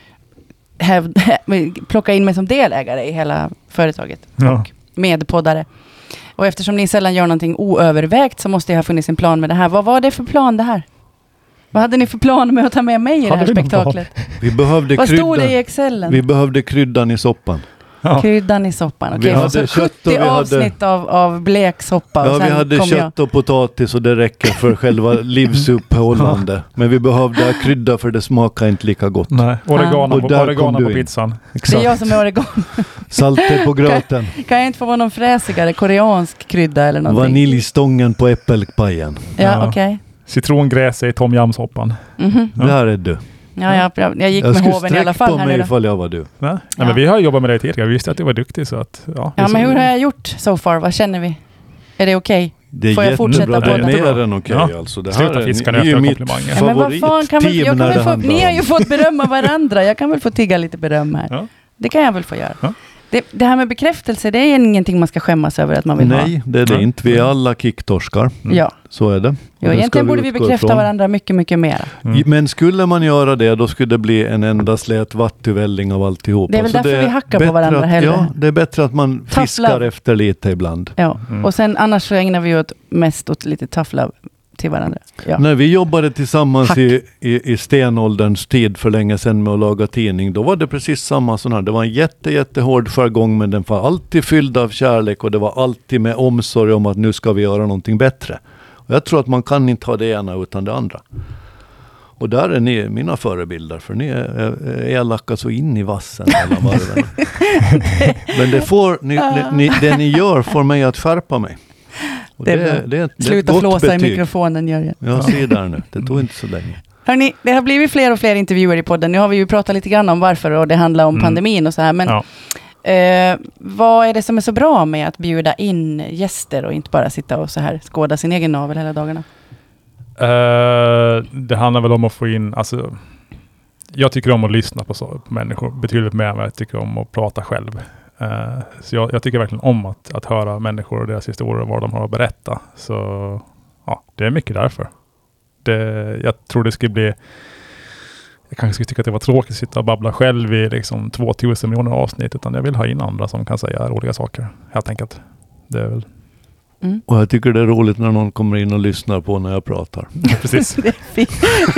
häv, plocka in mig som delägare i hela företaget. Ja. Och medpoddare. Och eftersom ni sällan gör någonting oövervägt så måste det ha funnits en plan med det här. Vad var det för plan det här? Vad hade ni för plan med att ta med mig i hade det här spektaklet? Vi behövde Vad kryddan. stod det i Excelen? Vi behövde kryddan i soppan. Ja. Kryddan i soppan. Okej, okay, så sjuttio avsnitt hade, av, av bleksoppa. Ja, och sen vi hade kom kött jag. och potatis och det räcker för själva livsuppehållande. Men vi behövde krydda för det smakar inte lika gott. Nej, oregano, på, oregano på pizzan. Exakt. Det är jag som är oregano. Saltet på gröten. Kan, kan jag inte få vara någon fräsigare koreansk krydda eller någonting? Vaniljstången på äppelpajen. Ja, ja. okej. Okay. Citrongräs i tom yam-soppan. Mm-hmm. Ja. Där är du. Ja, jag, jag gick jag med hoven i alla fall. Jag skulle sträcka på mig ifall jag var du. Ja. Ja. Nej, men vi har jobbat med dig tidigare. Vi visste att du var duktig. Så att, ja, ja men hur har jag gjort so far? Vad känner vi? Är det okej? Okay? Det är får jag fortsätta på det? Det är mer än okej. Okay, ja. Alltså. Det Sluta fiska nu efter komplimanger. Ja, men vad fan kan väl, jag kan väl få, ni har ju fått berömma varandra. Jag kan väl få tigga lite beröm här. Ja. Det kan jag väl få göra. Ja. Det, det här med bekräftelse, det är ingenting man ska skämmas över att man vill Nej, ha. Nej, det är det inte. Vi är alla kicktorskar. Mm. Ja. Så är det. Jo, egentligen borde vi bekräfta ifrån. varandra mycket, mycket mer. Mm. Men skulle man göra det, då skulle det bli en enda slät vattvälling av alltihop. Det är väl alltså därför vi hackar på varandra att, hellre. Ja, det är bättre att man fiskar efter lite ibland. Ja, mm. och sen annars så ägnar vi åt mest åt lite tough love till varandra. Ja. När vi jobbade tillsammans i, i, i stenålderns tid för länge sedan med att laga tidning, då var det precis samma sån här. Det var en jätte, jättehård jargong, men den var alltid fylld av kärlek och det var alltid med omsorg om att nu ska vi göra någonting bättre. Och jag tror att man kan inte ha det ena utan det andra. Och där är ni mina förebilder, för ni är, är elaka så in i vassen mellan varven. Men det, får, ni, ni, det ni gör får mig att skärpa mig. Och det, det, det är ett, sluta det är ett flåsa betyg. i mikrofonen, gör jag. Jag ser där nu, det tog inte så länge. Hörrni, det har blivit fler och fler intervjuer i podden. Nu har vi ju pratat lite grann om varför och det handlar om mm. pandemin och så här. Men ja. eh, vad är det som är så bra med att bjuda in gäster och inte bara sitta och så här skåda sin egen navel hela dagarna? Uh, det handlar väl om att få in, alltså, jag tycker om att lyssna på, så, på människor betydligt mer än vad jag tycker om att prata själv. Uh, så jag, jag tycker verkligen om att, att höra människor och deras historier och vad de har att berätta. Så ja, det är mycket därför. Det, jag tror det skulle bli, jag kanske skulle tycka att det var tråkigt att sitta och babbla själv i liksom tvåtusen miljoner avsnitt, utan jag vill ha in andra som kan säga roliga saker, helt enkelt. Det är väl. Mm. Och jag tycker det är roligt när någon kommer in och lyssnar på när jag pratar. Precis. Det är fint.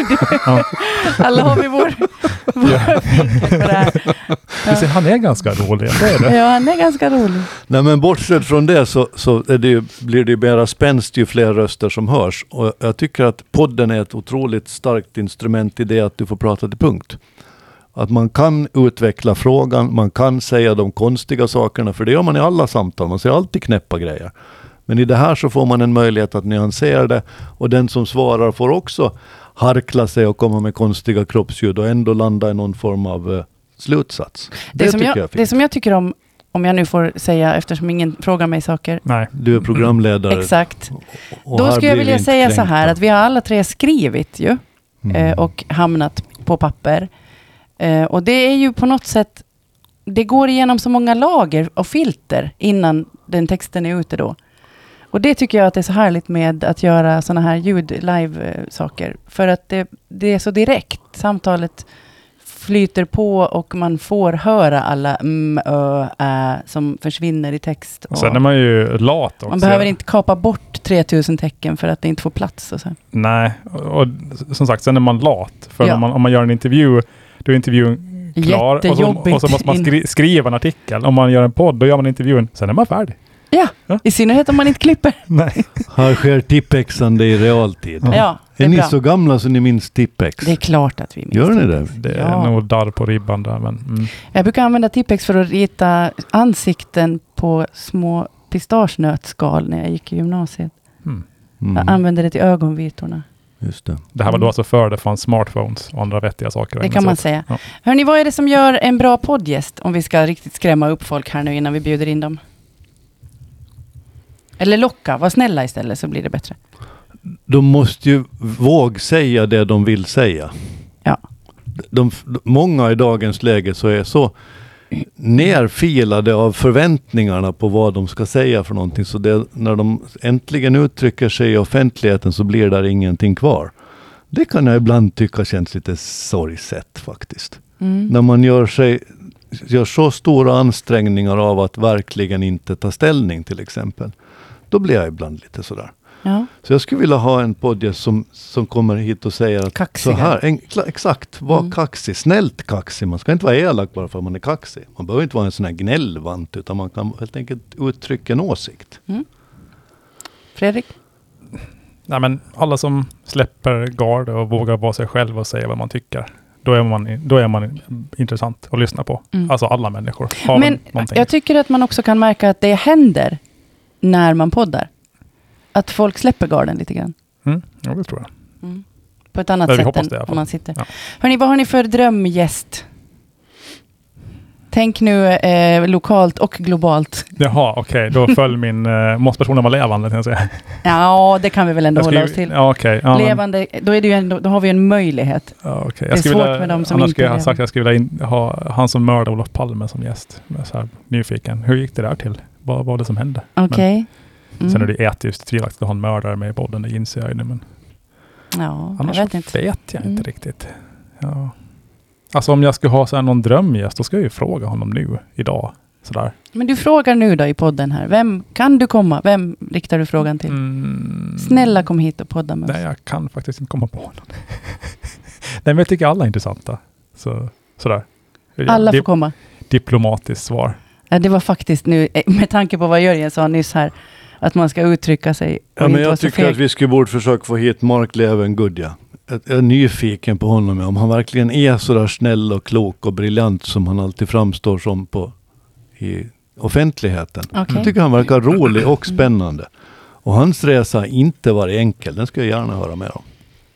Ja. Alla har vi vår, vår ja. För det här. Ja. Han är ganska rolig. Det är det. Ja, han är ganska rolig. Nej, men bortsett från det så, så är det ju, blir det ju mera spänst ju fler röster som hörs. Och jag tycker att podden är ett otroligt starkt instrument i det att du får prata till punkt. Att man kan utveckla frågan, man kan säga de konstiga sakerna, för det gör man i alla samtal. Man säger alltid knäppa grejer. Men i det här så får man en möjlighet att nyansera det, och den som svarar får också harkla sig och komma med konstiga kroppsljud och ändå landa i någon form av uh, slutsats. Det, det, som jag, jag det som jag tycker om, om jag nu får säga, eftersom ingen frågar mig saker. Nej. Du är programledare. Mm. Exakt. Och, och Då skulle jag vilja säga kränkta. så här, att vi har alla tre skrivit ju mm. eh, och hamnat på papper. Eh, och det är ju på något sätt, det går igenom så många lager och filter innan den texten är ute då. Och det tycker jag att det är så härligt med att göra såna här ljud-live-saker. För att det, det är så direkt. Samtalet flyter på och man får höra alla m, ö, ä som försvinner i text. Och sen är man ju lat också. Man behöver inte kapa bort tre tusen tecken för att det inte får plats. Och så. Nej, och, och som sagt, sen är man lat. För ja. om, man, om man gör en intervju, då är intervjun klar. Och så, och så måste man skri, skriva en artikel. Om man gör en podd, då gör man intervjun. Sen är man färdig. Ja, ja, i synnerhet om man inte klipper. Nej. Här sker tippexande i realtid. Ja, det är, är ni bra. så gamla så ni minns tippex? Det är klart att vi minns. Gör ni det? Det är ja. nog där på ribban där. Men, mm. Jag brukar använda tippex för att rita ansikten på små pistagenötskal när jag gick i gymnasiet. Mm. Mm. Jag använde det till ögonvitorna. Just det. Det här var då alltså före det fanns smartphones och andra vettiga saker. Det kan man säga. Ja. Hörrni, vad är det som gör en bra poddgäst, om vi ska riktigt skrämma upp folk här nu innan vi bjuder in dem? Eller locka, var snälla istället så blir det bättre. De måste ju våga säga det de vill säga. Ja. De, de, många i dagens läge så är så nerfilade av förväntningarna på vad de ska säga för någonting. Så det, när de äntligen uttrycker sig i offentligheten så blir där ingenting kvar. Det kan jag ibland tycka känns lite sorgset faktiskt. Mm. När man gör sig gör så stora ansträngningar av att verkligen inte ta ställning till exempel. Då blir jag ibland lite sådär. Ja. Så jag skulle vilja ha en podcast som, som kommer hit och säger att kaxiga. Så här, en, exakt, var mm. kaxig, snällt kaxig. Man ska inte vara elak bara för att man är kaxig. Man behöver inte vara en sån här gnällvant, utan man kan helt enkelt uttrycka en åsikt. Mm. Fredrik? Nej, men alla som släpper garde och vågar vara sig själv och säga vad man tycker. Då är man, då är man intressant att lyssna på. Mm. Alltså alla människor har men någonting. Jag tycker att man också kan märka att det händer när man poddar. Att folk släpper garden lite grann. Mm, ja, det tror jag. Mm. På ett annat men sätt än det, om man sitter. Ja. Hörrni, vad har ni för drömgäst? Tänk nu eh, lokalt och globalt. Jaha, okej. Okay. Då föll min... Eh, måste personen vara levande, kan jag säga. Ja, det kan vi väl ändå jag hålla oss till. Ja, okay. ja, levande, då, är det ju ändå, då har vi en möjlighet. Ja, okay. Det är svårt vilja, med dem som annars inte skulle jag ha lever. sagt att jag skulle vilja in, ha han som mördade Olof Palme som gäst. Jag är så här nyfiken. Hur gick det där till? Vad var det som hände? Okej. Okay. Mm. Sen är det etiskt tvivelaktigt att ha en mördare med i podden, det inser jag ju nu. Men ja, annars jag vet inte, vet jag inte mm. riktigt. Ja. Alltså om jag skulle ha så här någon drömgäst, då ska jag ju fråga honom nu, idag. sådär. Men du frågar nu då i podden här. Vem kan du komma? Vem riktar du frågan till? Mm. Snälla kom hit och podda med oss. Nej, jag kan faktiskt inte komma på någon. Nej, men jag tycker alla är intressanta. Så, sådär. Alla får Dip- komma. Diplomatiskt svar. Ja, det var faktiskt nu, med tanke på vad Jörgen sa nyss här, att man ska uttrycka sig och Ja, inte men vara jag så tycker feg. att vi skulle borde försöka få hit Mark Levengood. Jag är nyfiken på honom, om han verkligen är så där snäll och klok och briljant som han alltid framstår som på i offentligheten. Okej. Jag tycker han verkar rolig och spännande. Och hans resa har inte varit enkel. Den ska jag gärna höra mer om.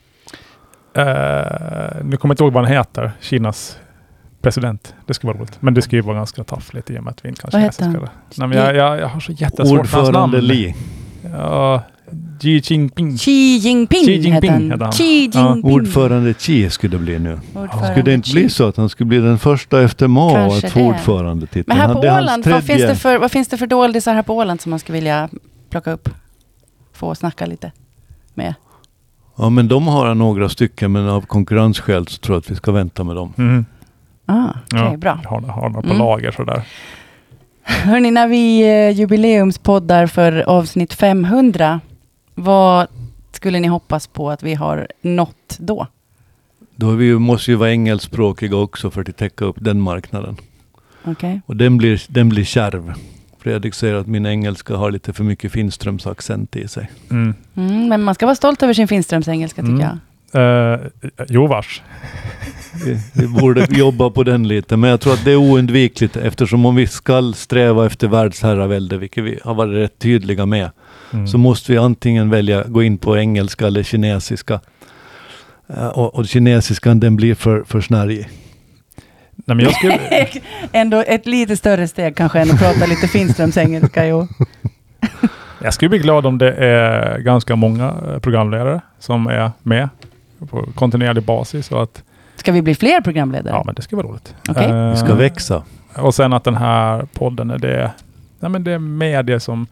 Uh, nu kommer jag inte ihåg vad han heter. Kinas president. Det skulle vara roligt. Men det skulle ju vara ganska taffligt i och med att vi inte kan Vad heter kinesiska. han? Nej, men jag, jag, jag har så jättesvårt för hans namn. Ordförande Li. Ja, Xi Jinping. Xi Jinping, Xi Jinping heter han. heter han. Xi Ja. Jinping. Ordförande Xi skulle det bli nu. Ordförande Skulle det inte Xi. bli så att han skulle bli den första efter Mao Kanske att få det. ordförandetiteln? Men här Han- på det är hans Åland, vad finns, tredje- det för, vad finns det för doldisar här på Åland som man skulle vilja plocka upp? Få snacka lite med. Ja, men de har några stycken, men av konkurrensskäl så tror jag att vi ska vänta med dem. Mm. Ah, okej, Ja, bra. jag har, har några på Mm. lager sådär. Hörrni, när vi eh, jubileumspoddar för avsnitt femhundra, vad skulle ni hoppas på att vi har nått då? Då är vi ju, måste ju vara engelskspråkiga också för att täcka upp den marknaden. Okej. Och den blir, den blir kärv. Fredrik säger att min engelska har lite för mycket Finströms accent i sig. Mm. Mm, men man ska vara stolt över sin Finströms engelska tycker Mm. jag. Uh, jo vars. Vi, vi borde jobba på den lite, men jag tror att det är oundvikligt eftersom om vi ska sträva efter världsherravälde, vilket vi har varit rätt tydliga med, Mm. så måste vi antingen välja gå in på engelska eller kinesiska. Uh, och, och kinesiskan den blir för, för snärjig. Nej, men jag skulle... Ändå ett lite större steg kanske än att prata lite Finströms engelska. Jo. Jag skulle bli glad om det är ganska många eh, programledare som är med på kontinuerlig basis. Och att, Ska vi bli fler programledare? ja, men det ska vara roligt. Okej. Eh, Vi ska växa. Och sen att den här podden är det, nej, men det är medier som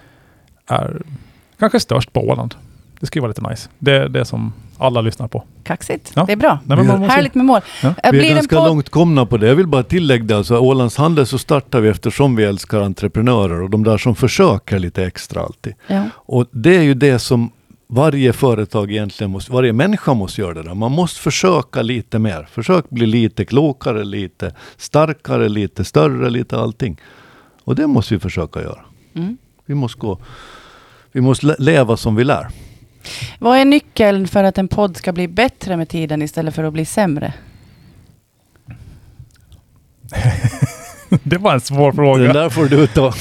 är kanske störst på Åland. Det skulle vara lite nice. Det är det som alla lyssnar på. Kaxigt. Ja. Det är bra. Nej, men man måste- Härligt med mål. Ja. Äh, Vi är blir det en ganska podd- långt komna på det. Jag vill bara tillägga det. Alltså, Ålands Handel så startar vi eftersom vi älskar entreprenörer och de där som försöker lite extra alltid. Ja. Och det är ju det som varje företag egentligen måste, varje människa måste göra det där. Man måste försöka lite mer. Försök bli lite klokare, lite starkare, lite större, lite allting. Och det måste vi försöka göra. Mm. Vi måste gå, vi måste le- leva som vi lär. Vad är nyckeln för att en podd ska bli bättre med tiden istället för att bli sämre? Det var en svår fråga. Den där får du ta.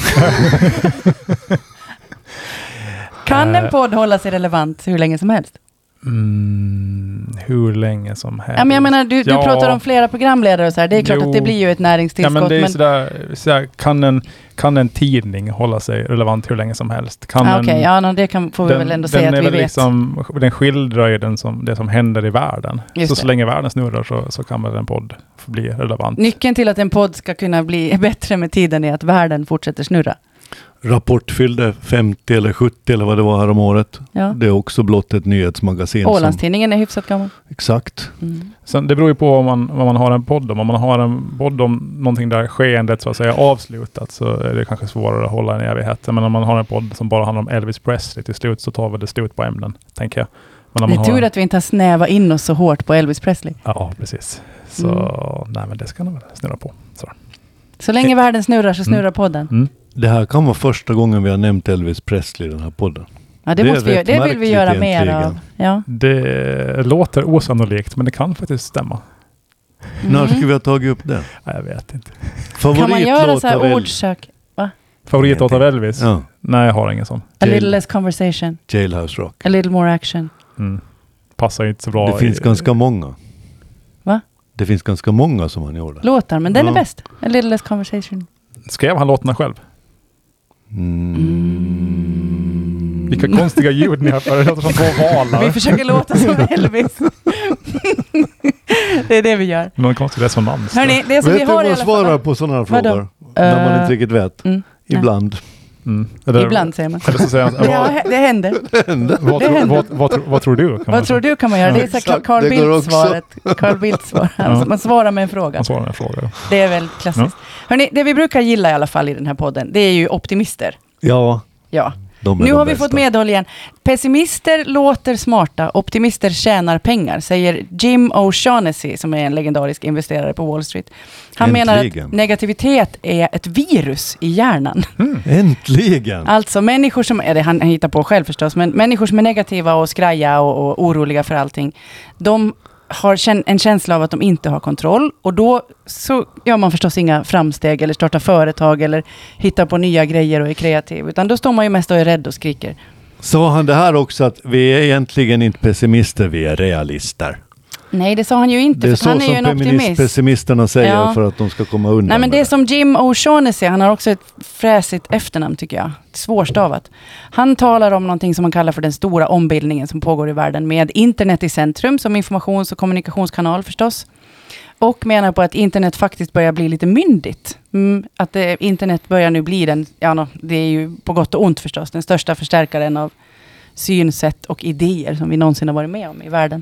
Kan en Eh. podd hålla sig relevant hur länge som helst? Mm, hur länge som helst. Ja, men jag menar, du, du Ja. pratar om flera programledare och så här. Det är klart Jo. att det blir ju ett Ja, näringstillskott. men det är men sådär, sådär, kan, en, kan en tidning hålla sig relevant hur länge som helst? Kan ah, en, okej, ja, no, det kan, får vi väl ändå säga den att är vi väl vet. Liksom, den skildrar ju den som, det som händer i världen. Just så det. så länge världen snurrar så, så kan väl en podd få bli relevant. Nyckeln till att en podd ska kunna bli bättre med tiden är att världen fortsätter snurra. Rapport fyllde femtio eller sjuttio eller vad det var här om året. Ja. Det är också blott ett nyhetsmagasin. Som, Ålandstidningen är hyfsat gammal. exakt. Mm. Sen, det beror ju på om man, vad man har en podd om. Om man har en podd om någonting där skeendet så att säga avslutat så är det kanske svårare att hålla en evighet. Men om man har en podd som bara handlar om Elvis Presley till slut så tar väl det slut på ämnen, tänker jag. Men om Det är man tur har, att vi inte har snävat in oss så hårt på Elvis Presley. Ja, precis. Så Mm. nej, men det ska nog väl snurra på. Så. Så länge världen snurrar så snurrar Mm. podden. Mm. Det här kan vara första gången vi har nämnt Elvis Presley i den här podden. Ja, det, Det är måste vi, rätt det vill vi märkligt göra mer egentligen. av. Ja. Det låter osannolikt, men det kan faktiskt stämma. När Mhm. skulle vi ha tagit upp det? Nej, jag vet inte. Kan man göra Favoritlåt så här av El- ordsök? Favoritlåt av Elvis? Ja, Nej, jag har ingen sån. A Jail- little less conversation. Jailhouse Rock. A little more action. Mm. Passar inte så bra. Det finns i, ganska många. Va? Det finns ganska många som han gjorde. Låtar, men den Ja. är bäst. A little less conversation. Skrev han låtarna själv? Mm. Vilka konstiga ljud ni har för det låter som två valar. Vi försöker låta som Elvis. Det är det vi gör. Någon konstig resonans. Hörrni, det som vi Vet du har i vad alla svarar fall... på sådana här Vadå? frågor? När man Eh, inte riktigt vet. Mm. Ibland. Mm. Eller, Ibland säger man. Eller så säger han, Ja, det händer. vad, det tro, händer. vad, vad, vad tror du? Kan Vad man tror säga. du kan man göra? Det är så Exakt, Carl det går Bildt-svaret. Carl Bildt-svar. Alltså, man svarar med en fråga. Han svarar med en fråga. Det är väldigt klassiskt. Hörrni, det vi brukar gilla i alla fall i den här podden, det är ju optimister. Ja, Ja. de är Nu de har vi bästa. fått medhåll igen. Pessimister låter smarta, optimister tjänar pengar, säger Jim O'Shaughnessy som är en legendarisk investerare på Wall Street. Han menar Äntligen. att negativitet är ett virus i hjärnan. Äntligen! Alltså människor som, är det han hittar på själv förstås, men människor som är negativa och skraja och, och oroliga för allting, de har kän- en känsla av att de inte har kontroll, och då så gör man förstås inga framsteg eller startar företag eller hittar på nya grejer och är kreativ, utan då står man ju mest och är rädd och skriker. Sa han det här också, att vi är egentligen inte pessimister, vi är realister? Nej, det sa han ju inte, Det är för så han är ju en som feminist- optimist. pessimisterna säger Ja. för att de ska komma undan Nej, men det med är som Jim O'Shaughnessy, han har också ett fräsigt efternamn tycker jag. Svårstavat. Han talar om någonting som han kallar för den stora ombildningen som pågår i världen med internet i centrum som informations- och kommunikationskanal förstås. Och menar på att internet faktiskt börjar bli lite myndigt. Mm, att det, internet börjar nu bli den, ja, no, det är ju på gott och ont förstås, den största förstärkaren av synsätt och idéer som vi någonsin har varit med om i världen.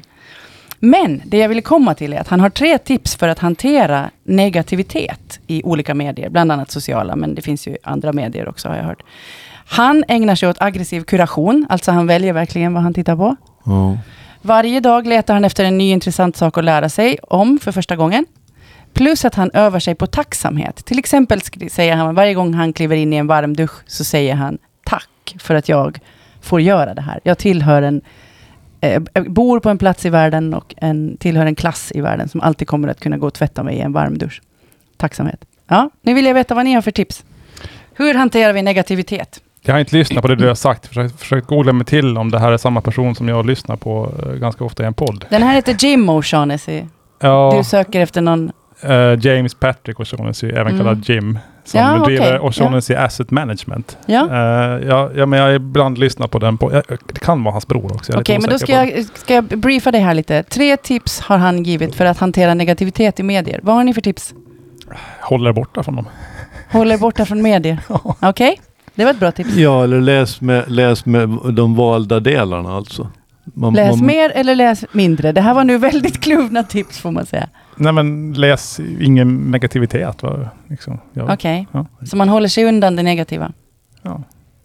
Men det jag ville komma till är att han har tre tips för att hantera negativitet i olika medier, bland annat sociala, men det finns ju andra medier också har jag hört. Han ägnar sig åt aggressiv kuration, alltså han väljer verkligen vad han tittar på. Ja. Varje dag letar han efter en ny intressant sak att lära sig om för första gången. Plus att han övar sig på tacksamhet. Till exempel sk- säger han varje gång han kliver in i en varm dusch så säger han tack för att jag får göra det här. Jag tillhör en eh, bor på en plats i världen och en, tillhör en klass i världen som alltid kommer att kunna gå och tvätta mig i en varm dusch. Tacksamhet. Ja, nu vill jag veta vad ni har för tips. Hur hanterar vi negativitet? Jag har inte lyssnat på det du har sagt. Försökt, försökt googla mig till om det här är samma person som jag lyssnar på uh, ganska ofta i en podd. Den här heter Jim O'Shaughnessy. Ja, Du söker efter någon... uh, James Patrick O'Shaughnessy, även Mm. kallad Jim, som Ja, driver okej. O'Shaughnessy Asset Management. Ja. Uh, ja, ja, men jag har ibland lyssnat på den. På, jag, det kan vara hans bror också. jag är Okej, lite men då osäker ska på det. jag, ska jag briefa dig här lite. Tre tips har han givit för att hantera negativitet i medier. Vad har ni för tips? Håller er borta från dem. Håll er borta från medier. Okej, det var ett bra tips. Ja, eller läs med, läs med de valda delarna alltså. Man, Läs man, mer eller läs mindre. Det här var nu väldigt kluvna tips får man säga. Nej, men läs ingen negativitet. Va? Liksom. Ja, Okej, ja, så man håller sig undan det negativa. ja,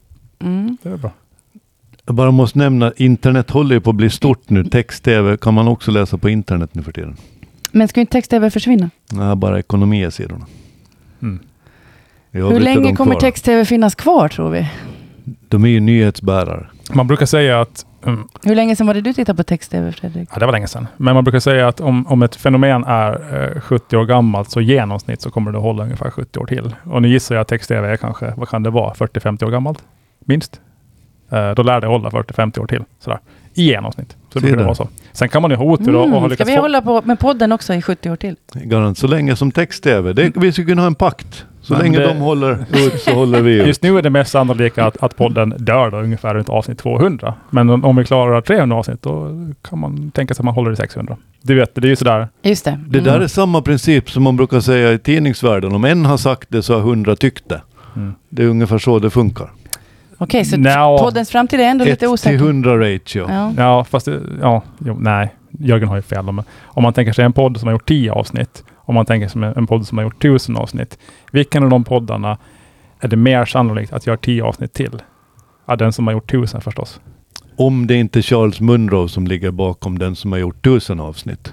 Mm. det är bra. Jag bara måste nämna, internet håller ju på att bli stort nu. Text-tv kan man också läsa på internet nu för tiden. Men ska inte text-tv försvinna? Nej, bara ekonomisidorna. Mm. I Hur övrigt är länge de kommer kvar. text-tv finnas kvar tror vi? De är ju nyhetsbärare. Man brukar säga att um, Hur länge sedan var det du tittade på text-tv, Fredrik? ja, det var länge sedan. Men man brukar säga att om, om ett fenomen är eh, sjuttio år gammalt så i genomsnitt så kommer det hålla ungefär sjuttio år till. Och nu gissar jag att text-tv är kanske, vad kan det vara, fyrtio femtio år gammalt? Minst. Eh, då lär det hålla fyrtio femtio år till. Sådär. I genomsnitt. Så det brukar det vara så. Sen kan man ju ha otur och, och ha Mm. Ska lyckats vi få... hålla på med podden också i sjuttio år till? Garant så länge som text-tv. Det, vi skulle kunna ha en pakt. Så Men länge det- de håller ut så håller vi ut. Just nu är det mest sannolika att, att podden dör då ungefär runt avsnitt tvåhundra. Men om, om vi klarar trehundra avsnitt då kan man tänka sig att man håller i sexhundra. Du vet, det är ju sådär. Just det. Det där är samma princip som man brukar säga i tidningsvärlden. Om en har sagt det så har hundra tyckt det. Mm. Det är ungefär så det funkar. Okej, så Nå. poddens framtid är ändå ett lite till osäker. hundra ratio. Ja. Ja, fast det, ja, jo, nej. Jörgen har ju fel. Om, om man tänker sig en podd som har gjort tio avsnitt. Om man tänker sig en podd som har gjort tusen avsnitt. Vilken av de poddarna är det mer sannolikt att göra tio avsnitt till? Ja, den som har gjort tusen förstås. Om det inte är Charles Munro som ligger bakom den som har gjort tusen avsnitt.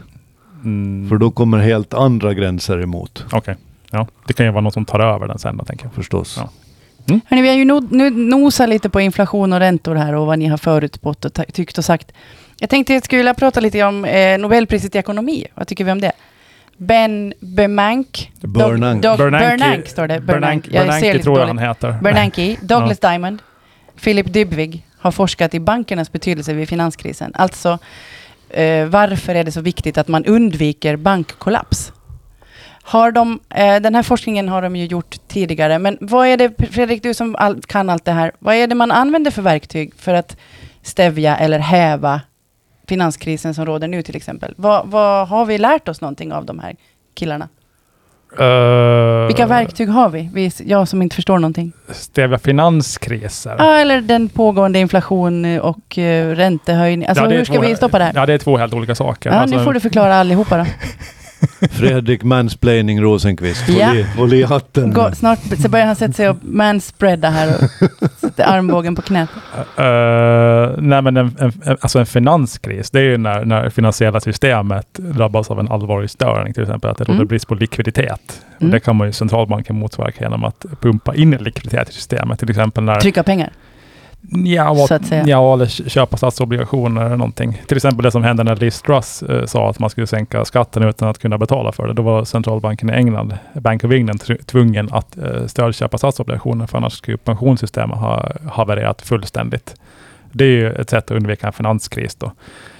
Mm. För då kommer helt andra gränser emot. Okej. Ja, det kan ju vara någon som tar över den sen då, tänker jag. Förstås. Ja. Hörrni, vi har ju no- nu nosat lite på inflation och räntor här och vad ni har förutspått och ta- tyckt och sagt. Jag tänkte att jag skulle vilja prata lite om eh, Nobelpriset i ekonomi. Vad tycker vi om det? Ben Bernanke. Bernanke. Dog- Dog- Bernanke. Bernanke står det. Bernanke, Jag ser Bernanke lite tror jag dåligt. han heter. Bernanke, Douglas Diamond, Philip Dybvig har forskat i bankernas betydelse vid finanskrisen. Alltså, eh, varför är det så viktigt att man undviker bankkollaps? Har de, eh, den här forskningen har de ju gjort tidigare, men vad är det, Fredrik, du som all, kan allt det här, vad är det man använder för verktyg för att stävja eller häva finanskrisen som råder nu till exempel? Vad, vad har vi lärt oss någonting av de här killarna? Uh, Vilka verktyg har vi? vi? Jag som inte förstår någonting. Stävja finanskriser. Ja, eller den pågående inflation och uh, räntehöjning. Alltså, ja, hur ska två, vi stoppa det här? Ja, det är två helt olika saker. Ja, alltså, nu får du förklara allihopa då. Fredrik Mansplaining Rosenqvist. Ja. Håll i hatten. Gå, snart så börjar han sätta sig och manspreada här och sätta armbågen på knät. Uh, nej, men en, en, alltså en finanskris, det är ju när, när finansiella systemet drabbas av en allvarlig störning, till exempel att det råder mm. brist på likviditet. Mm. Och det kan man ju centralbanken motverka genom att pumpa in likviditet i systemet. Till exempel när... Trycka pengar. Ja, så att säga. Ja, eller köpa statsobligationer eller någonting. Till exempel det som hände när Liz Truss eh, sa att man skulle sänka skatten utan att kunna betala för det. Då var centralbanken i England, Bank of England, tvungen att eh, stödköpa statsobligationer, för annars skulle pensionssystemet ha havererat fullständigt. Det är ju ett sätt att undvika en finanskris då.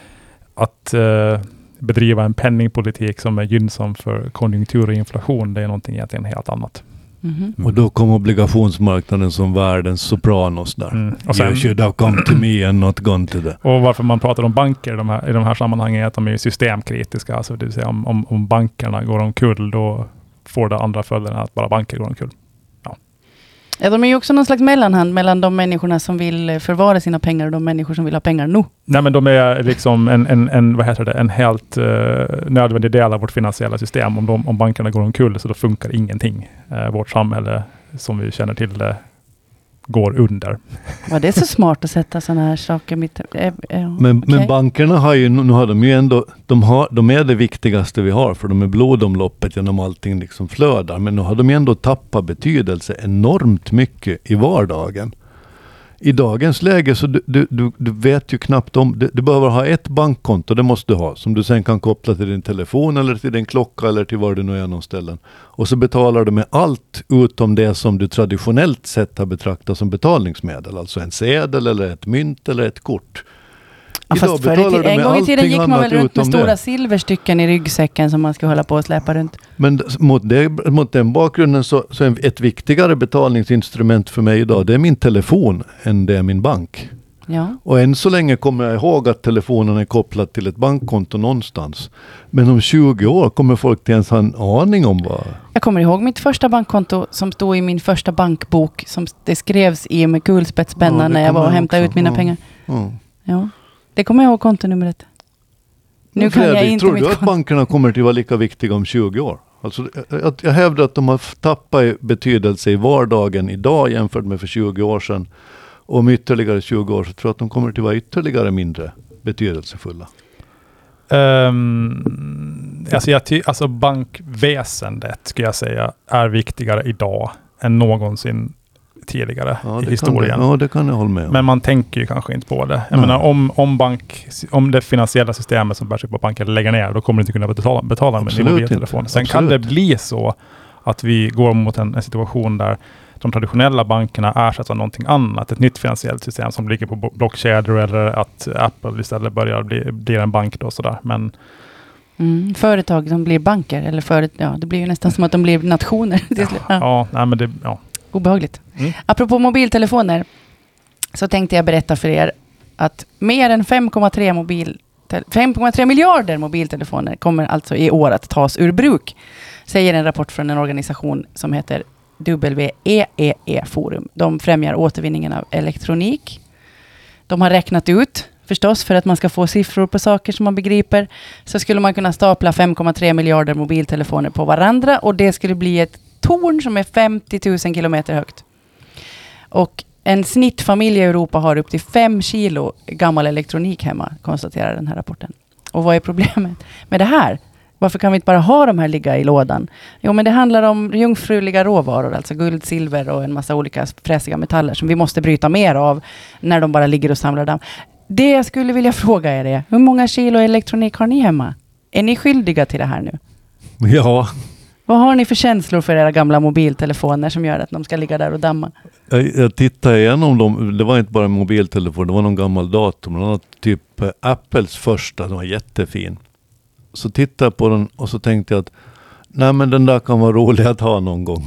Att eh, bedriva en penningpolitik som är gynnsam för konjunktur och inflation, det är någonting egentligen helt annat. Mm-hmm. Och då kom obligationsmarknaden som världens sopranos där. Mm. Och sen, you should have come to me and not gone to the... Och varför man pratar om banker i de här, i de här sammanhangen är att de är systemkritiska. Alltså det vill säga om, om, om bankerna går omkull, då får det andra följden att bara banker går omkull. Ja. Ja, de är ju också någon slags mellanhand mellan de människorna som vill förvara sina pengar och de människor som vill ha pengar nu. Nej, men de är liksom en, en, en, vad heter det, en helt uh, nödvändig del av vårt finansiella system. Om, de, om bankerna går omkull så då funkar ingenting. Uh, vårt samhälle som vi känner till det går under. Ja, det är så smart att sätta sådana här saker mitt. Äh, äh, men, okay. men bankerna har ju, nu har de ju ändå, de, har, de är det viktigaste vi har, för de är blodomloppet genom allting liksom flödar. Men nu har de ju ändå tappat betydelse enormt mycket i vardagen. I dagens läge så du, du, du, du vet ju knappt om, du, du behöver ha ett bankkonto, det måste du ha, som du sen kan koppla till din telefon eller till din klocka eller till var du nu är någonställen. Och så betalar du med allt utom det som du traditionellt sett har betraktat som betalningsmedel, alltså en sedel eller ett mynt eller ett kort. Ja, fast för en gång i tiden gick man väl runt med stora det. silverstycken i ryggsäcken som man skulle hålla på och släpa runt. Men mot, det, mot den bakgrunden så, så är ett viktigare betalningsinstrument för mig idag, det är min telefon än det är min bank. Ja. Och än så länge kommer jag ihåg att telefonen är kopplad till ett bankkonto någonstans. Men om tjugo år kommer folk till ens ha en aning om vad... Jag kommer ihåg mitt första bankkonto som stod i min första bankbok som det skrevs i med kulspetspenna ja, när jag var och hämtade ut mina ja. pengar. Ja. Ja. Det kommer jag ihåg kontonumret. Nu kan Fredrik, jag inte tror du att bankerna kommer att vara lika viktiga om tjugo år? Alltså, jag, jag hävdar att de har tappat betydelse i vardagen idag jämfört med för tjugo år sedan. Och om ytterligare tjugo år så tror jag att de kommer att vara ytterligare mindre betydelsefulla. Um, alltså, jag ty- alltså bankväsendet skulle jag säga är viktigare idag än någonsin tidigare ja, i historien. Det, ja, det kan jag hålla med om. Men man tänker ju kanske inte på det. Jag menar, om, om, bank, om det finansiella systemet som bär sig på banken lägger ner, då kommer du inte kunna betala, betala med din mobiltelefon. Sen Absolut. Kan det bli så att vi går mot en, en situation där de traditionella bankerna ersätts av någonting annat. Ett nytt finansiellt system som ligger på blockkedjor eller att Apple istället börjar bli, bli en bank då sådär. Men Mm, företag som blir banker eller föret- ja, det blir ju nästan som att de blir nationer. Ja, ja. ja nej, men det... Ja. Obehagligt. Mm. Apropå mobiltelefoner så tänkte jag berätta för er att mer än fem komma tre mobil, fem komma tre miljarder mobiltelefoner kommer alltså i år att tas ur bruk, säger en rapport från en organisation som heter W E E E-forum. De främjar återvinningen av elektronik. De har räknat ut, förstås för att man ska få siffror på saker som man begriper, så skulle man kunna stapla fem komma tre miljarder mobiltelefoner på varandra och det skulle bli ett torn som är femtio tusen kilometer högt. Och en snittfamilj i Europa har upp till fem kilo gammal elektronik hemma, konstaterar den här rapporten. Och vad är problemet med det här? Varför kan vi inte bara ha de här ligga i lådan? Jo, men det handlar om jungfruliga råvaror, alltså guld, silver och en massa olika fräsiga metaller som vi måste bryta mer av när de bara ligger och samlar damm. Det jag skulle vilja fråga er är, hur många kilo elektronik har ni hemma? Är ni skyldiga till det här nu? Ja. Vad har ni för känslor för era gamla mobiltelefoner som gör att de ska ligga där och damma? Jag, jag tittade igenom dem. Det var inte bara en mobiltelefon, det var någon gammal dator. Bland annat typ Apples första, den var jättefin. Så tittade jag på den och så tänkte jag att nej, men den där kan vara rolig att ha någon gång.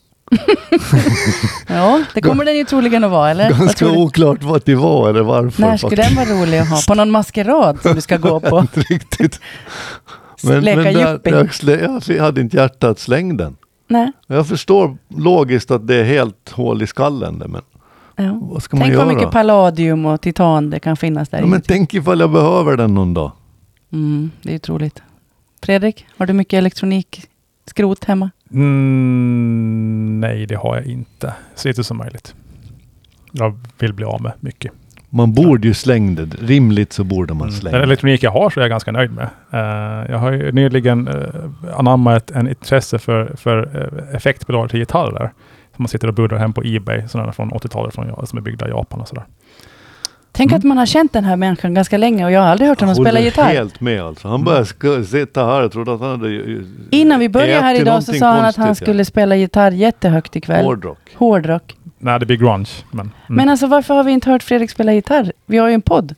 Ja, det kommer den ju troligen att vara, eller? Ganska oklart vad det var eller varför. När skulle den vara rolig att ha? På någon maskerad som du ska gå på? Inte riktigt. Men, leka men där, yuppie. jag, slä, jag hade inte hjärtat släng den. Nej. Jag förstår logiskt att det är helt hål i skallen. Men Ja. vad ska man Tänk göra? vad mycket palladium och titan det kan finnas där Ja, i. men tänk ifall jag behöver den någon dag. Mm, det är otroligt. Fredrik, har du mycket elektronikskrot hemma? Mm, nej, det har jag inte. Så lite som möjligt. Jag vill bli av med mycket. Man borde ju slänga det. Rimligt så borde man slänga Den det. elektronik jag har så är jag ganska nöjd med. Uh, jag har ju nyligen uh, anammat en intresse för, för uh, effektpedaler till gitarrer. Som man sitter och buddrar hem på eBay. Sådana från åttiotalet från, som är byggda i Japan och sådär. Tänk Mm. att man har känt den här människan ganska länge och jag har aldrig hört honom Jag spela håller gitarr. helt med alltså. Han började sk- sitta här. Jag trodde att han hade... Innan vi började här ätit idag så någonting sa han att han konstigt, skulle spela gitarr jättehögt ja. ikväll. Hårdrock. Hårdrock. Nej, det blir grunge. Men, mm. Men alltså varför har vi inte hört Fredrik spela gitarr? Vi har ju en podd.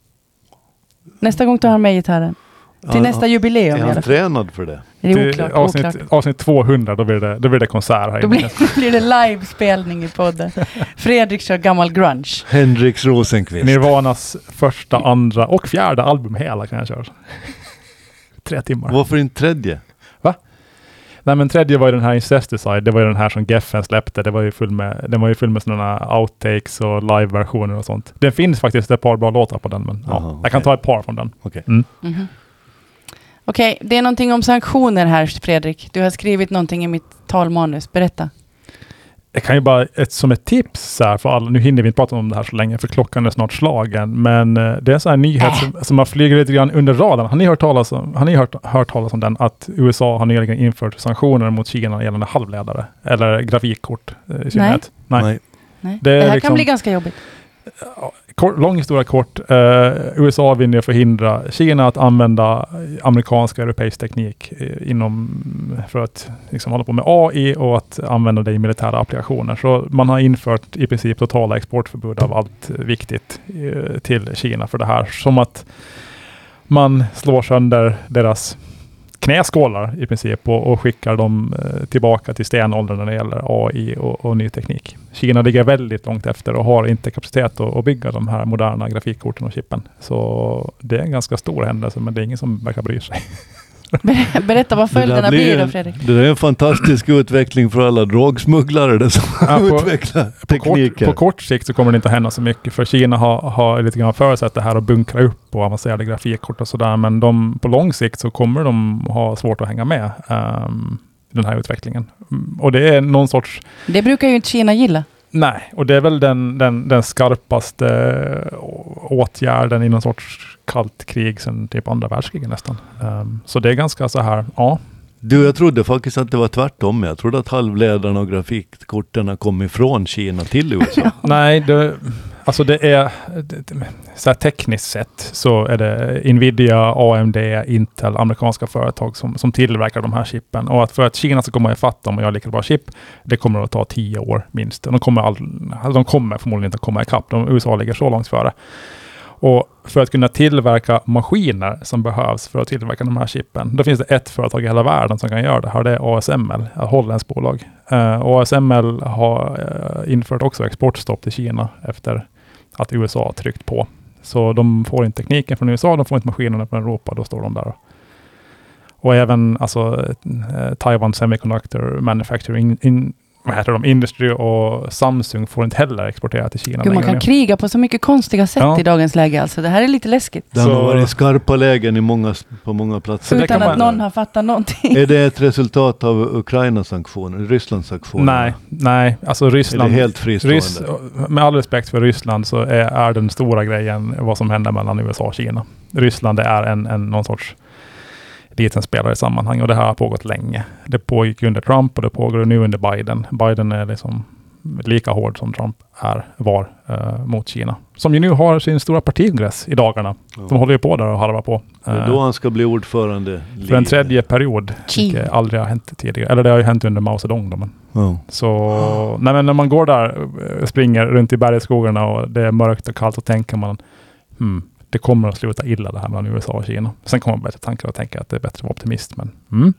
Nästa gång tar han med gitarren. Till Ja, nästa jubileum Är i alla han fall. tränad för det? Det är till oklart. avsnitt, oklart. avsnitt tvåhundra, då blir det, då blir det konsert här Då inne. blir, blir det livespelning i podden. Fredrik kör gammal grunge. Henriks Rosenqvist. Nirvanas första, andra och fjärde album hela kan jag köra. Tre timmar. Varför inte tredje? Nej, men tredje var ju den här Incesticide. Det var ju den här som Geffen släppte. Det var ju full med, den var ju full med sådana outtakes och live-versioner och sånt. Det finns faktiskt ett par bra låtar på den, men ja, Aha, jag kan okej. ta ett par från den. Okej. Mm. Mhm. Okej, det är någonting om sanktioner här, Fredrik. Du har skrivit någonting i mitt talmanus. Berätta. Jag kan ju bara, ett, som ett tips så här för alla, nu hinner vi inte prata om det här så länge för klockan är snart slagen, men eh, det är en sån här nyhet Äh. som, som har flugit lite grann under radarn. Har ni hört talas om, har ni hört, hört talas om den? Att U S A har nyligen infört sanktioner mot Kina gällande halvledare eller grafikkort eh, i synnerhet. Nej. Nej. Nej. Det Det, är här liksom- kan bli ganska jobbigt. Kort, lång historia kort. Uh, U S A vill ju förhindra Kina att använda amerikansk och europeisk teknik eh, inom, för att liksom hålla på med A I och att använda det i militära applikationer. Så man har infört i princip totala exportförbud av allt viktigt eh, till Kina för det här. Som att man slår sönder deras knäskålar i princip och, och skickar dem eh, tillbaka till stenåldern när det gäller A I och, och ny teknik. Kina ligger väldigt långt efter och har inte kapacitet att, att bygga de här moderna grafikkorten och chippen. Så det är en ganska stor händelse, men det är ingen som verkar bry sig. Ber- Berätta vad Det där följderna blir blir då, en- Fredrik. Det där är en fantastisk utveckling för alla drogsmugglare det som Ja, på- utvecklar På kort, tekniker. på kort sikt så kommer det inte hända så mycket, för Kina har, har lite grann förutsett det här att bunkra upp på avancerade grafikkort och sådär, men de, på lång sikt så kommer de ha svårt att hänga med um, den här utvecklingen. Mm, och det är någon sorts Det brukar ju inte Kina gilla. Nej, och det är väl den, den, den skarpaste äh, åtgärden i någon sorts kallt krig sedan typ andra världskriget nästan. Um, så det är ganska så här, ja. Du, jag trodde faktiskt att det var tvärtom. Jag trodde att halvledarna och grafikkorten kom ifrån Kina till U S A. Nej, det, alltså det är det, så här tekniskt sett så är det Nvidia, A M D, Intel, amerikanska företag som, som tillverkar de här chippen. Och att för att Kina ska komma ifatt dem och göra lika bra chip, det kommer att ta tio år minst. De kommer, all, de kommer förmodligen inte att komma ikapp. De, U S A ligger så långt före. Och för att kunna tillverka maskiner som behövs för att tillverka de här chippen, då finns det ett företag i hela världen som kan göra det här. Det är A S M L, ett holländskt bolag. Uh, A S M L har uh, infört också exportstopp till Kina efter att U S A har tryckt på. Så de får inte tekniken från U S A, de får inte maskinerna från Europa, då står de där. Och även alltså, uh, Taiwan Semiconductor Manufacturing in, vad heter de? Industry och Samsung får inte heller exportera till Kina. Gud, man kan längre. kriga på så mycket konstiga sätt Ja. i dagens läge. Alltså. Det här är lite läskigt. Det har Så- nog varit skarpa lägen i många, på många platser. det Utan kan att man- någon har fattat någonting. Är det ett resultat av Ukrainas sanktioner, Rysslands sanktioner? Nej, nej, alltså Är det Ryssland, helt fristående? Rys, med all respekt för Ryssland så är, är den stora grejen vad som händer mellan U S A och Kina. Ryssland är en, en någon sorts liten spelare i sammanhang och det här har pågått länge. Det pågick under Trump och det pågår nu under Biden. Biden är liksom lika hård som Trump är var uh, mot Kina. Som ju nu har sin stora partikongress i dagarna. Ja. De håller ju på där och harvar på. Det är Uh, då han ska bli ordförande. för en tredje period. Kina. Vilket aldrig har hänt tidigare. Eller det har ju hänt under Mao Zedong då, men Ja. så nej, men när man går där eh, springer runt i bergsskogarna och det är mörkt och kallt, så tänker man hmm, det kommer att sluta illa det här mellan U S A och Kina. Sen kommer man bättre tankar och tänka att det är bättre att vara optimist. Men, mm.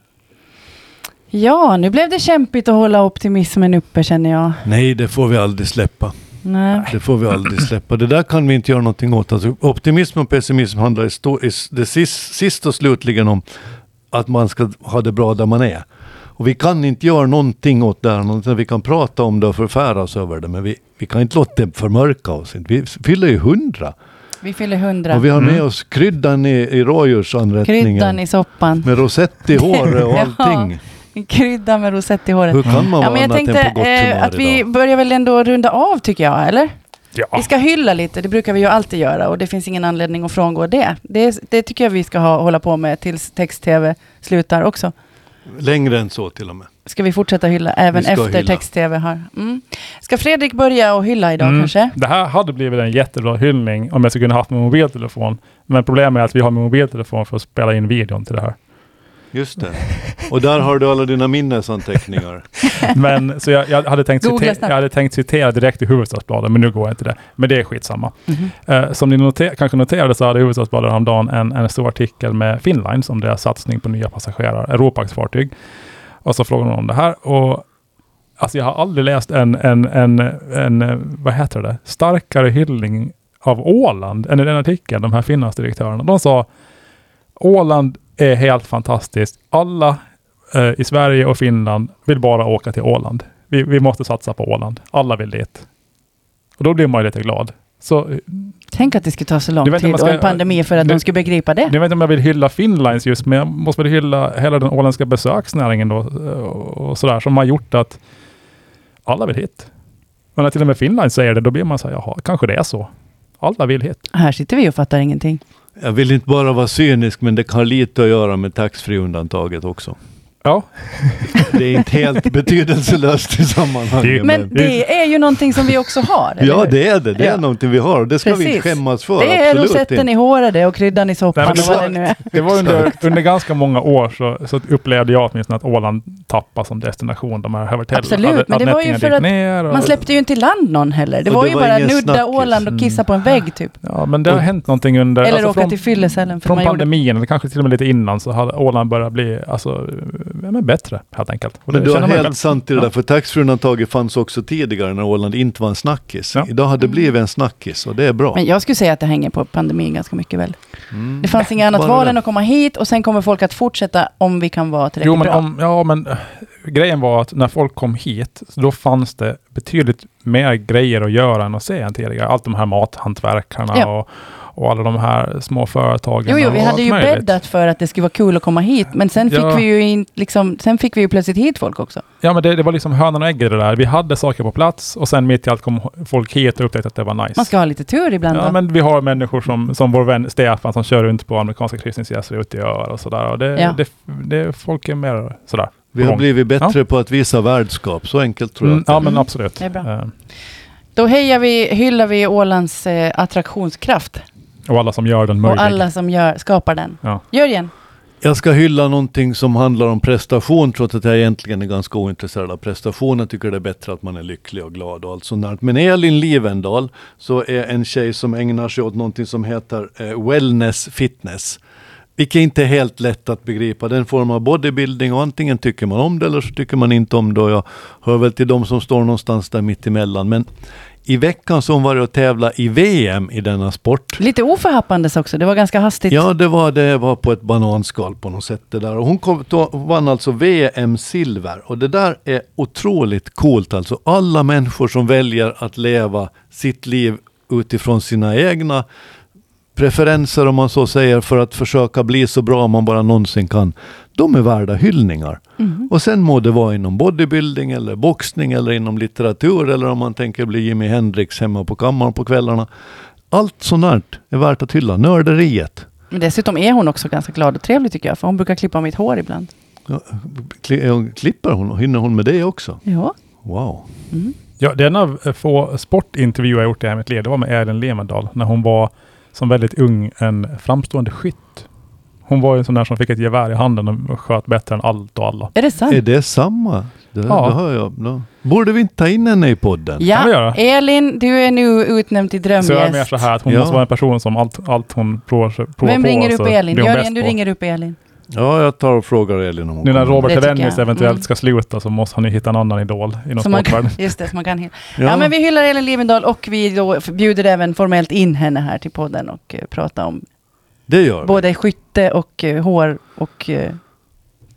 Ja, nu blev det kämpigt att hålla optimismen uppe, känner jag. Nej, det får vi aldrig släppa. Nej. Det får vi aldrig släppa. Det där kan vi inte göra någonting åt. Alltså, optimism och pessimism handlar i, stå, i s- det sist, sist och slutligen om att man ska ha det bra där man är. Och vi kan inte göra någonting åt det här. Vi kan prata om det och förfäras över det. Men vi, vi kan inte låta det förmörka oss. Vi fyller ju hundra. Vi fyller hundra. Och vi har med Mm. oss kryddan i, i rådjursanrättningen. Kryddan i soppan. Med rosett i håret och allting. Ja, krydda med rosett i håret. Hur kan man Ja, vara men jag annat tänkte än på gott humör eh, att vi idag? börjar väl ändå runda av tycker jag, eller? Ja. Vi ska hylla lite, det brukar vi ju alltid göra och det finns ingen anledning att frångå det. Det, det tycker jag vi ska ha, hålla på med tills text-tv slutar också. Längre än så till och med. Ska vi fortsätta hylla även Vi ska efter hylla. text-tv har. Mm. Ska Fredrik börja och hylla idag Mm. kanske? Det här hade blivit en jättebra hyllning om jag skulle kunna haft min mobiltelefon. Men problemet är att vi har min mobiltelefon för att spela in videon till det här. Just det. Och där har du alla dina minnesanteckningar. Men så jag, jag, hade tänkt Googla citera, snabbt. jag hade tänkt citera direkt i Hufvudstadsbladet, men nu går jag inte det. Men det är skitsamma. Mhm. Eh, som ni noter, kanske noterade så hade Hufvudstadsbladet häromdagen en, en stor artikel med Finnlines om deras satsning på nya passagerare, Europax-fartyg. Och så frågade de om det här. Och alltså jag har aldrig läst en, en, en, en, vad heter det, starkare hyllning av Åland än i den artikeln, de här Finlandsdirektörerna. De sa Åland är helt fantastiskt. Alla eh, i Sverige och Finland vill bara åka till Åland. Vi, vi måste satsa på Åland. Alla vill dit. Och då blir man ju lite glad. Så Tänk att det skulle ta så lång Du vet tid om man ska- och en pandemi för att du- de skulle begripa det. jag vet inte om jag vill hylla Finnlines just, men jag måste väl hylla hela den åländska besöksnäringen då och, och sådär, som har gjort att alla vill hit. Och när till och med Finnlines säger det, då blir man så här, jaha, kanske det är så. Alla vill hit. Här sitter vi och fattar ingenting. Jag vill inte bara vara cynisk, men det har lite att göra med taxfree-undantaget också. Ja, Det är inte helt betydelselöst i sammanhanget. Men det är ju någonting som vi också har. eller Ja, hur? det är det. Det är Ja. någonting vi har och det ska vi inte Precis. skämmas för. Det är absolut rosetten inte. i håret det och kryddan i soppan Nej, men och vad det nu är. det var under, under ganska många år så, så upplevde jag åtminstone att Åland tappade som destination. De här hotellen. Absolut, men det var ju för att Man släppte ju inte i land någon heller. Det Och var det ju var bara ingen nudda snackis. Åland och kissa på en vägg typ. Ja, men det har Och- hänt någonting under... Eller alltså åka från, till fyllecellen. För från man gjorde... pandemin, eller kanske till och med lite innan, så hade Åland börjat bli alltså, ja, men bättre helt enkelt. Och Men det du har känner man helt väl- sant i det Ja. där, för taxfree-undantaget fanns också tidigare när Åland inte var en snackis. Ja. Idag har det blivit en snackis och det är bra. Men jag skulle säga att det hänger på pandemin ganska mycket väl. Mm. Det fanns inget annat Bara val det. än att komma hit och sen kommer folk att fortsätta om vi kan vara tillräckligt Jo, men bra. om, ja, men äh, grejen var att när folk kom hit, så då fanns det betydligt mer grejer att göra än att se än tidigare. Allt de här mathantverkarna Ja. och, och alla de här små företagen. Jo, jo, och vi allt hade ju möjligt. bäddat för att det skulle vara kul att komma hit. Men sen fick Ja. vi ju in, liksom, sen fick vi ju plötsligt hit folk också. Ja, men det, det var liksom hönan och ägget det där. Vi hade saker på plats och sen mitt i allt kom folk hit och upptäckte att det var nice. Man ska ha lite tur ibland. Ja, va? men vi har människor som, som vår vän Stefan som kör runt på amerikanska kryssningsresor ute i öar och sådär. Och det, Ja. det, det, folk är mer sådär. Vi har på gång. blivit bättre på att visa värdskap. Så enkelt tror jag. Mm, att det ja, är. men Mm. absolut. Det är bra. Eh, Då hejar vi, hyllar vi Ålands eh, attraktionskraft. och alla som gör den Och möjlig. alla som gör, skapar den. Ja. Jörgen, Jag ska hylla någonting som handlar om prestation, trots att jag egentligen är ganska ointresserad av prestation. Jag tycker det är bättre att man är lycklig och glad och allt sånt där. Men Elin Livendal så är en tjej som ägnar sig åt någonting som heter eh, wellness fitness. Vilket inte är helt lätt att begripa. Den form av bodybuilding, och antingen tycker man om det eller så tycker man inte om det. Och jag hör väl till de som står någonstans där mitt emellan. Men i veckan så hon var det att tävla i V M i denna sport. lite oförhappandes också. Det var ganska hastigt. Ja, det var det var på ett bananskal på något sätt det där. Och hon kom, då, vann alltså V M-silver. Och det där är otroligt coolt. Alltså alla människor som väljer att leva sitt liv utifrån sina egna preferenser, om man så säger, för att försöka bli så bra man bara någonsin kan. De är värda hyllningar. Mhm. Och sen må det vara inom bodybuilding eller boxning eller inom litteratur, eller om man tänker bli Jimi Hendrix hemma på kammaren på kvällarna. Allt sånt här är värt att hylla. Nörderiet. Men dessutom är hon också ganska glad och trevlig tycker jag. För hon brukar klippa mitt hår ibland. Ja, kli- klipper hon? Hinner hon med det också? Ja. Wow. Mm. Ja, det är en av få sportintervjuer jag gjort i mitt liv. Det var med Elin Livendal när hon var som väldigt ung en framstående skytt. Hon var ju en sån där som fick ett gevär i handen och sköt bättre än allt och alla. Är det sant? Är det samma? Det, Ja. det hör jag. Då. Borde vi inte ta in henne i podden? kan vi Ja, göra. Elin, du är nu utnämnd till Så jag är mer drömgäst. så här att hon Ja. måste vara en person som allt, allt hon provar, provar Vem på. ringer upp så Elin? blir hon Jörgen, bäst du på. ringer upp Elin. Ja, jag tar och frågar Elin om hon Nu när kommer. Robert Det tycker Evennis jag. eventuellt Mm. ska sluta så måste han ju hitta en annan idol inom Så man sportvärlden. kan, just det, så man kan hylla. Ja. Ja. men vi hyllar Elin Livendal och vi då bjuder även formellt in henne här till podden och uh, prata om Det gör vi. både skytte och uh, hår och uh,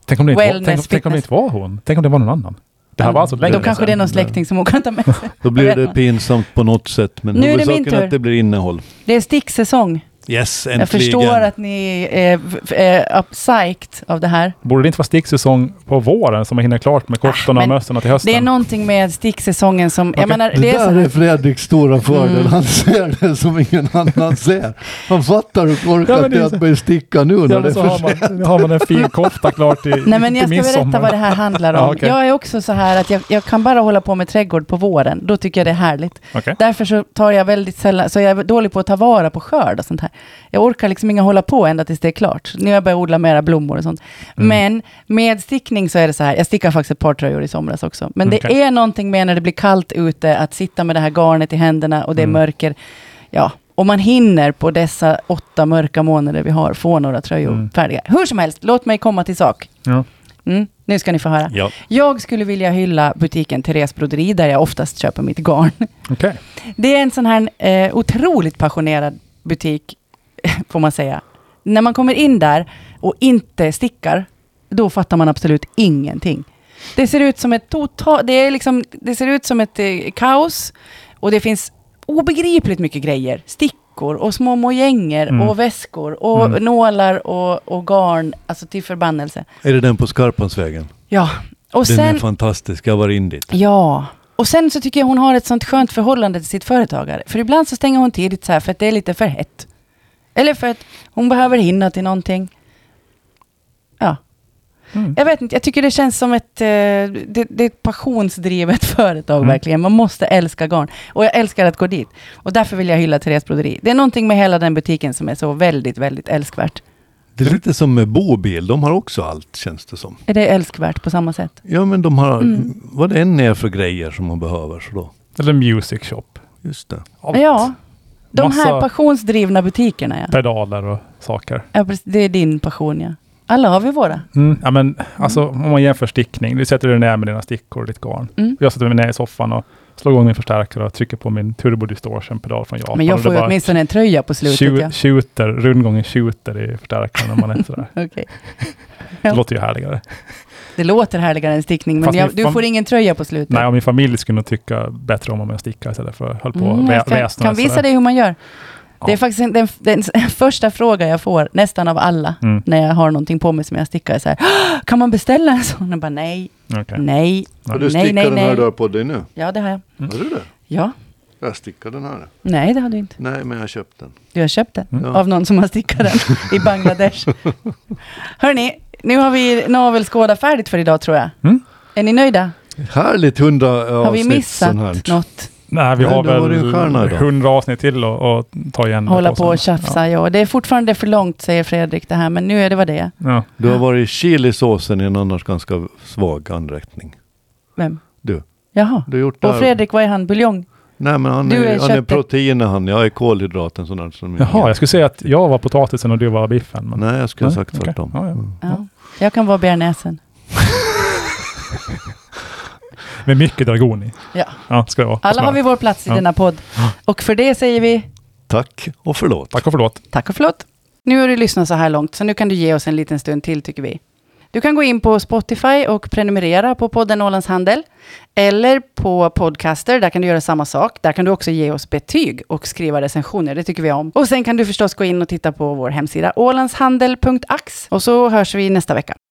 Tänk om det inte, var, Wellness, tänk, tänk om det inte var hon. Tänk om det var någon annan. Det här var alltså länge Då kanske sedan. det är någon släkting som hon kan ta med sig. Då blir det pinsamt på något sätt. Men Nu är det min huvudsaken är tur. att det blir innehåll. Det är sticksäsong. Yes, äntligen. Jag förstår att ni är, är uppsyked av det här. Borde det inte vara sticksäsong på våren som man hinner klart med koftorna och men mössorna till hösten? Det är någonting med sticksäsongen som... Okej. Jag menar, Det, det är så där här, är Fredriks stora fördel. Mm. Han ser det som ingen annan ser. Han fattar hur korkat Ja, men det det är är så- att börja sticka nu Ja, när det men så är har för man, har man en fin kofta klart till Nej, men jag till ska berätta midsommar. vad det här handlar om. Ja, okej. Jag är också så här att jag, jag kan bara hålla på med trädgård på våren. Då tycker jag det är härligt. Okej. Därför så tar jag väldigt sällan, så jag är dålig på att ta vara på skörd och sånt här. Jag orkar liksom inga hålla på ända tills det är klart. Nu har jag börjat odla mera blommor och sånt. Mm. Men med stickning så är det så här, jag stickar faktiskt ett par tröjor i somras också. Men det Okej. är någonting med när det blir kallt ute, att sitta med det här garnet i händerna och det är Mm. mörker. Ja, och man hinner på dessa åtta mörka månader vi har få några tröjor Mm. färdiga. Hur som helst, låt mig komma till sak. Ja. Mm, nu ska ni få höra. Ja. Jag skulle vilja hylla butiken Therese Broderi där jag oftast köper mitt garn. Okej. Det är en sån här eh, otroligt passionerad butik, får man säga. När man kommer in där och inte stickar, då fattar man absolut ingenting. Det ser ut som ett total, det är liksom, det ser ut som ett eh, kaos och det finns obegripligt mycket grejer. Stickor och små mojänger Mm. och väskor och Mm. nålar och, och garn, alltså till förbannelse. Är det den på Skarpansvägen? Ja, och Den sen... är fantastisk. Jag var in dit. Ja, och sen så tycker jag hon har ett sånt skönt förhållande till sitt företagare. För ibland så stänger hon tidigt så här för att det är lite för hett. Eller för att hon behöver hinna till någonting. Ja, Mm. jag vet inte. Jag tycker det känns som ett, eh, det, det är ett passionsdrivet företag Mm. verkligen. Man måste älska garn. Och jag älskar att gå dit. Och därför vill jag hylla Therese Broderi. Det är någonting med hela den butiken som är så väldigt, väldigt älskvärt. Det är lite som med Bobil. De har också allt, känns det som. Är det älskvärt på samma sätt? Ja, men de har... Mm. Vad det än är för grejer som man behöver. Så då. Eller music shop. Just det. Allt. Ja, de Massa här passionsdrivna butikerna. Ja. pedaler och saker. Ja, precis. Det är din passion, ja. Alla har vi våra. Mm. Ja, men alltså om man jämför stickning. Du sätter dig ner med dina stickor och ditt garn. Mm. Jag sätter mig ner i soffan och slår igång min förstärkare och trycker på min turbo distortion-pedal från Japan. Men jag Och det får ju bara åtminstone en tröja på slutet. tju- Ja. Tjuter, rundgången tjuter i förstärkaren när man är sådär. Okej. Det låter ju härligare. Det låter härligare än stickning, men Fast jag, min du fam- får ingen tröja på slutet. Nej, och min familj skulle nog tycka bättre om om jag stickar istället för att höll på Mm, och vä- jag kan, väsna kan visa sådär. dig hur man gör. Ja. Det är faktiskt en, den, den första fråga jag får, nästan av alla, Mm. när jag har någonting på mig som jag stickar. Så här, kan man beställa en sån? Jag bara, nej, Okej. nej. Har du Nej, stickat nej, den här nej. du har på dig nu? Ja, det har jag. Mm. Har du det? Ja, Jag stickade den här. nej det har du inte. Nej, men jag har köpt den. Du har köpt den Mm. av någon som har stickat den i Bangladesh. Hörni, nu har vi navelskåda färdigt för idag tror jag. Mm. Är ni nöjda? Härligt hundra Har vi avsnitt missat sån här. något? Nej, vi Nej, har då var det en stjärna väl idag. hundra avsnitt till och, och ta igen. Hålla det på och tjafsa, ja. Det är fortfarande för långt, säger Fredrik det här, men nu är det vad det är. Ja. Du har varit i chilisåsen i en annars ganska svag anrättning. Vem? Du. Jaha. Du har gjort Och där. Fredrik, vad är han? Buljong? Nej, men han Du är, är han är köttet. proteiner han. Jag är kolhydraten sån där som Jaha, jag skulle säga att jag var potatisen och du var biffen. Men... Nej, jag skulle ha Nej, sagt okej. tvärtom. Ja, ja. Mm. Ja. Jag kan vara bearnaisen. Med mycket dragoni. Ja. Ja, ska det vara. Alla har vi vår plats i Ja. denna podd. Och för det säger vi Tack och förlåt. Tack och förlåt. tack och förlåt. Nu har du lyssnat så här långt, så nu kan du ge oss en liten stund till, tycker vi. Du kan gå in på Spotify och prenumerera på podden Ålands Handel. Eller på Podcaster, där kan du göra samma sak. Där kan du också ge oss betyg och skriva recensioner, det tycker vi om. Och sen kan du förstås gå in och titta på vår hemsida ålandshandel punkt ax. Och så hörs vi nästa vecka.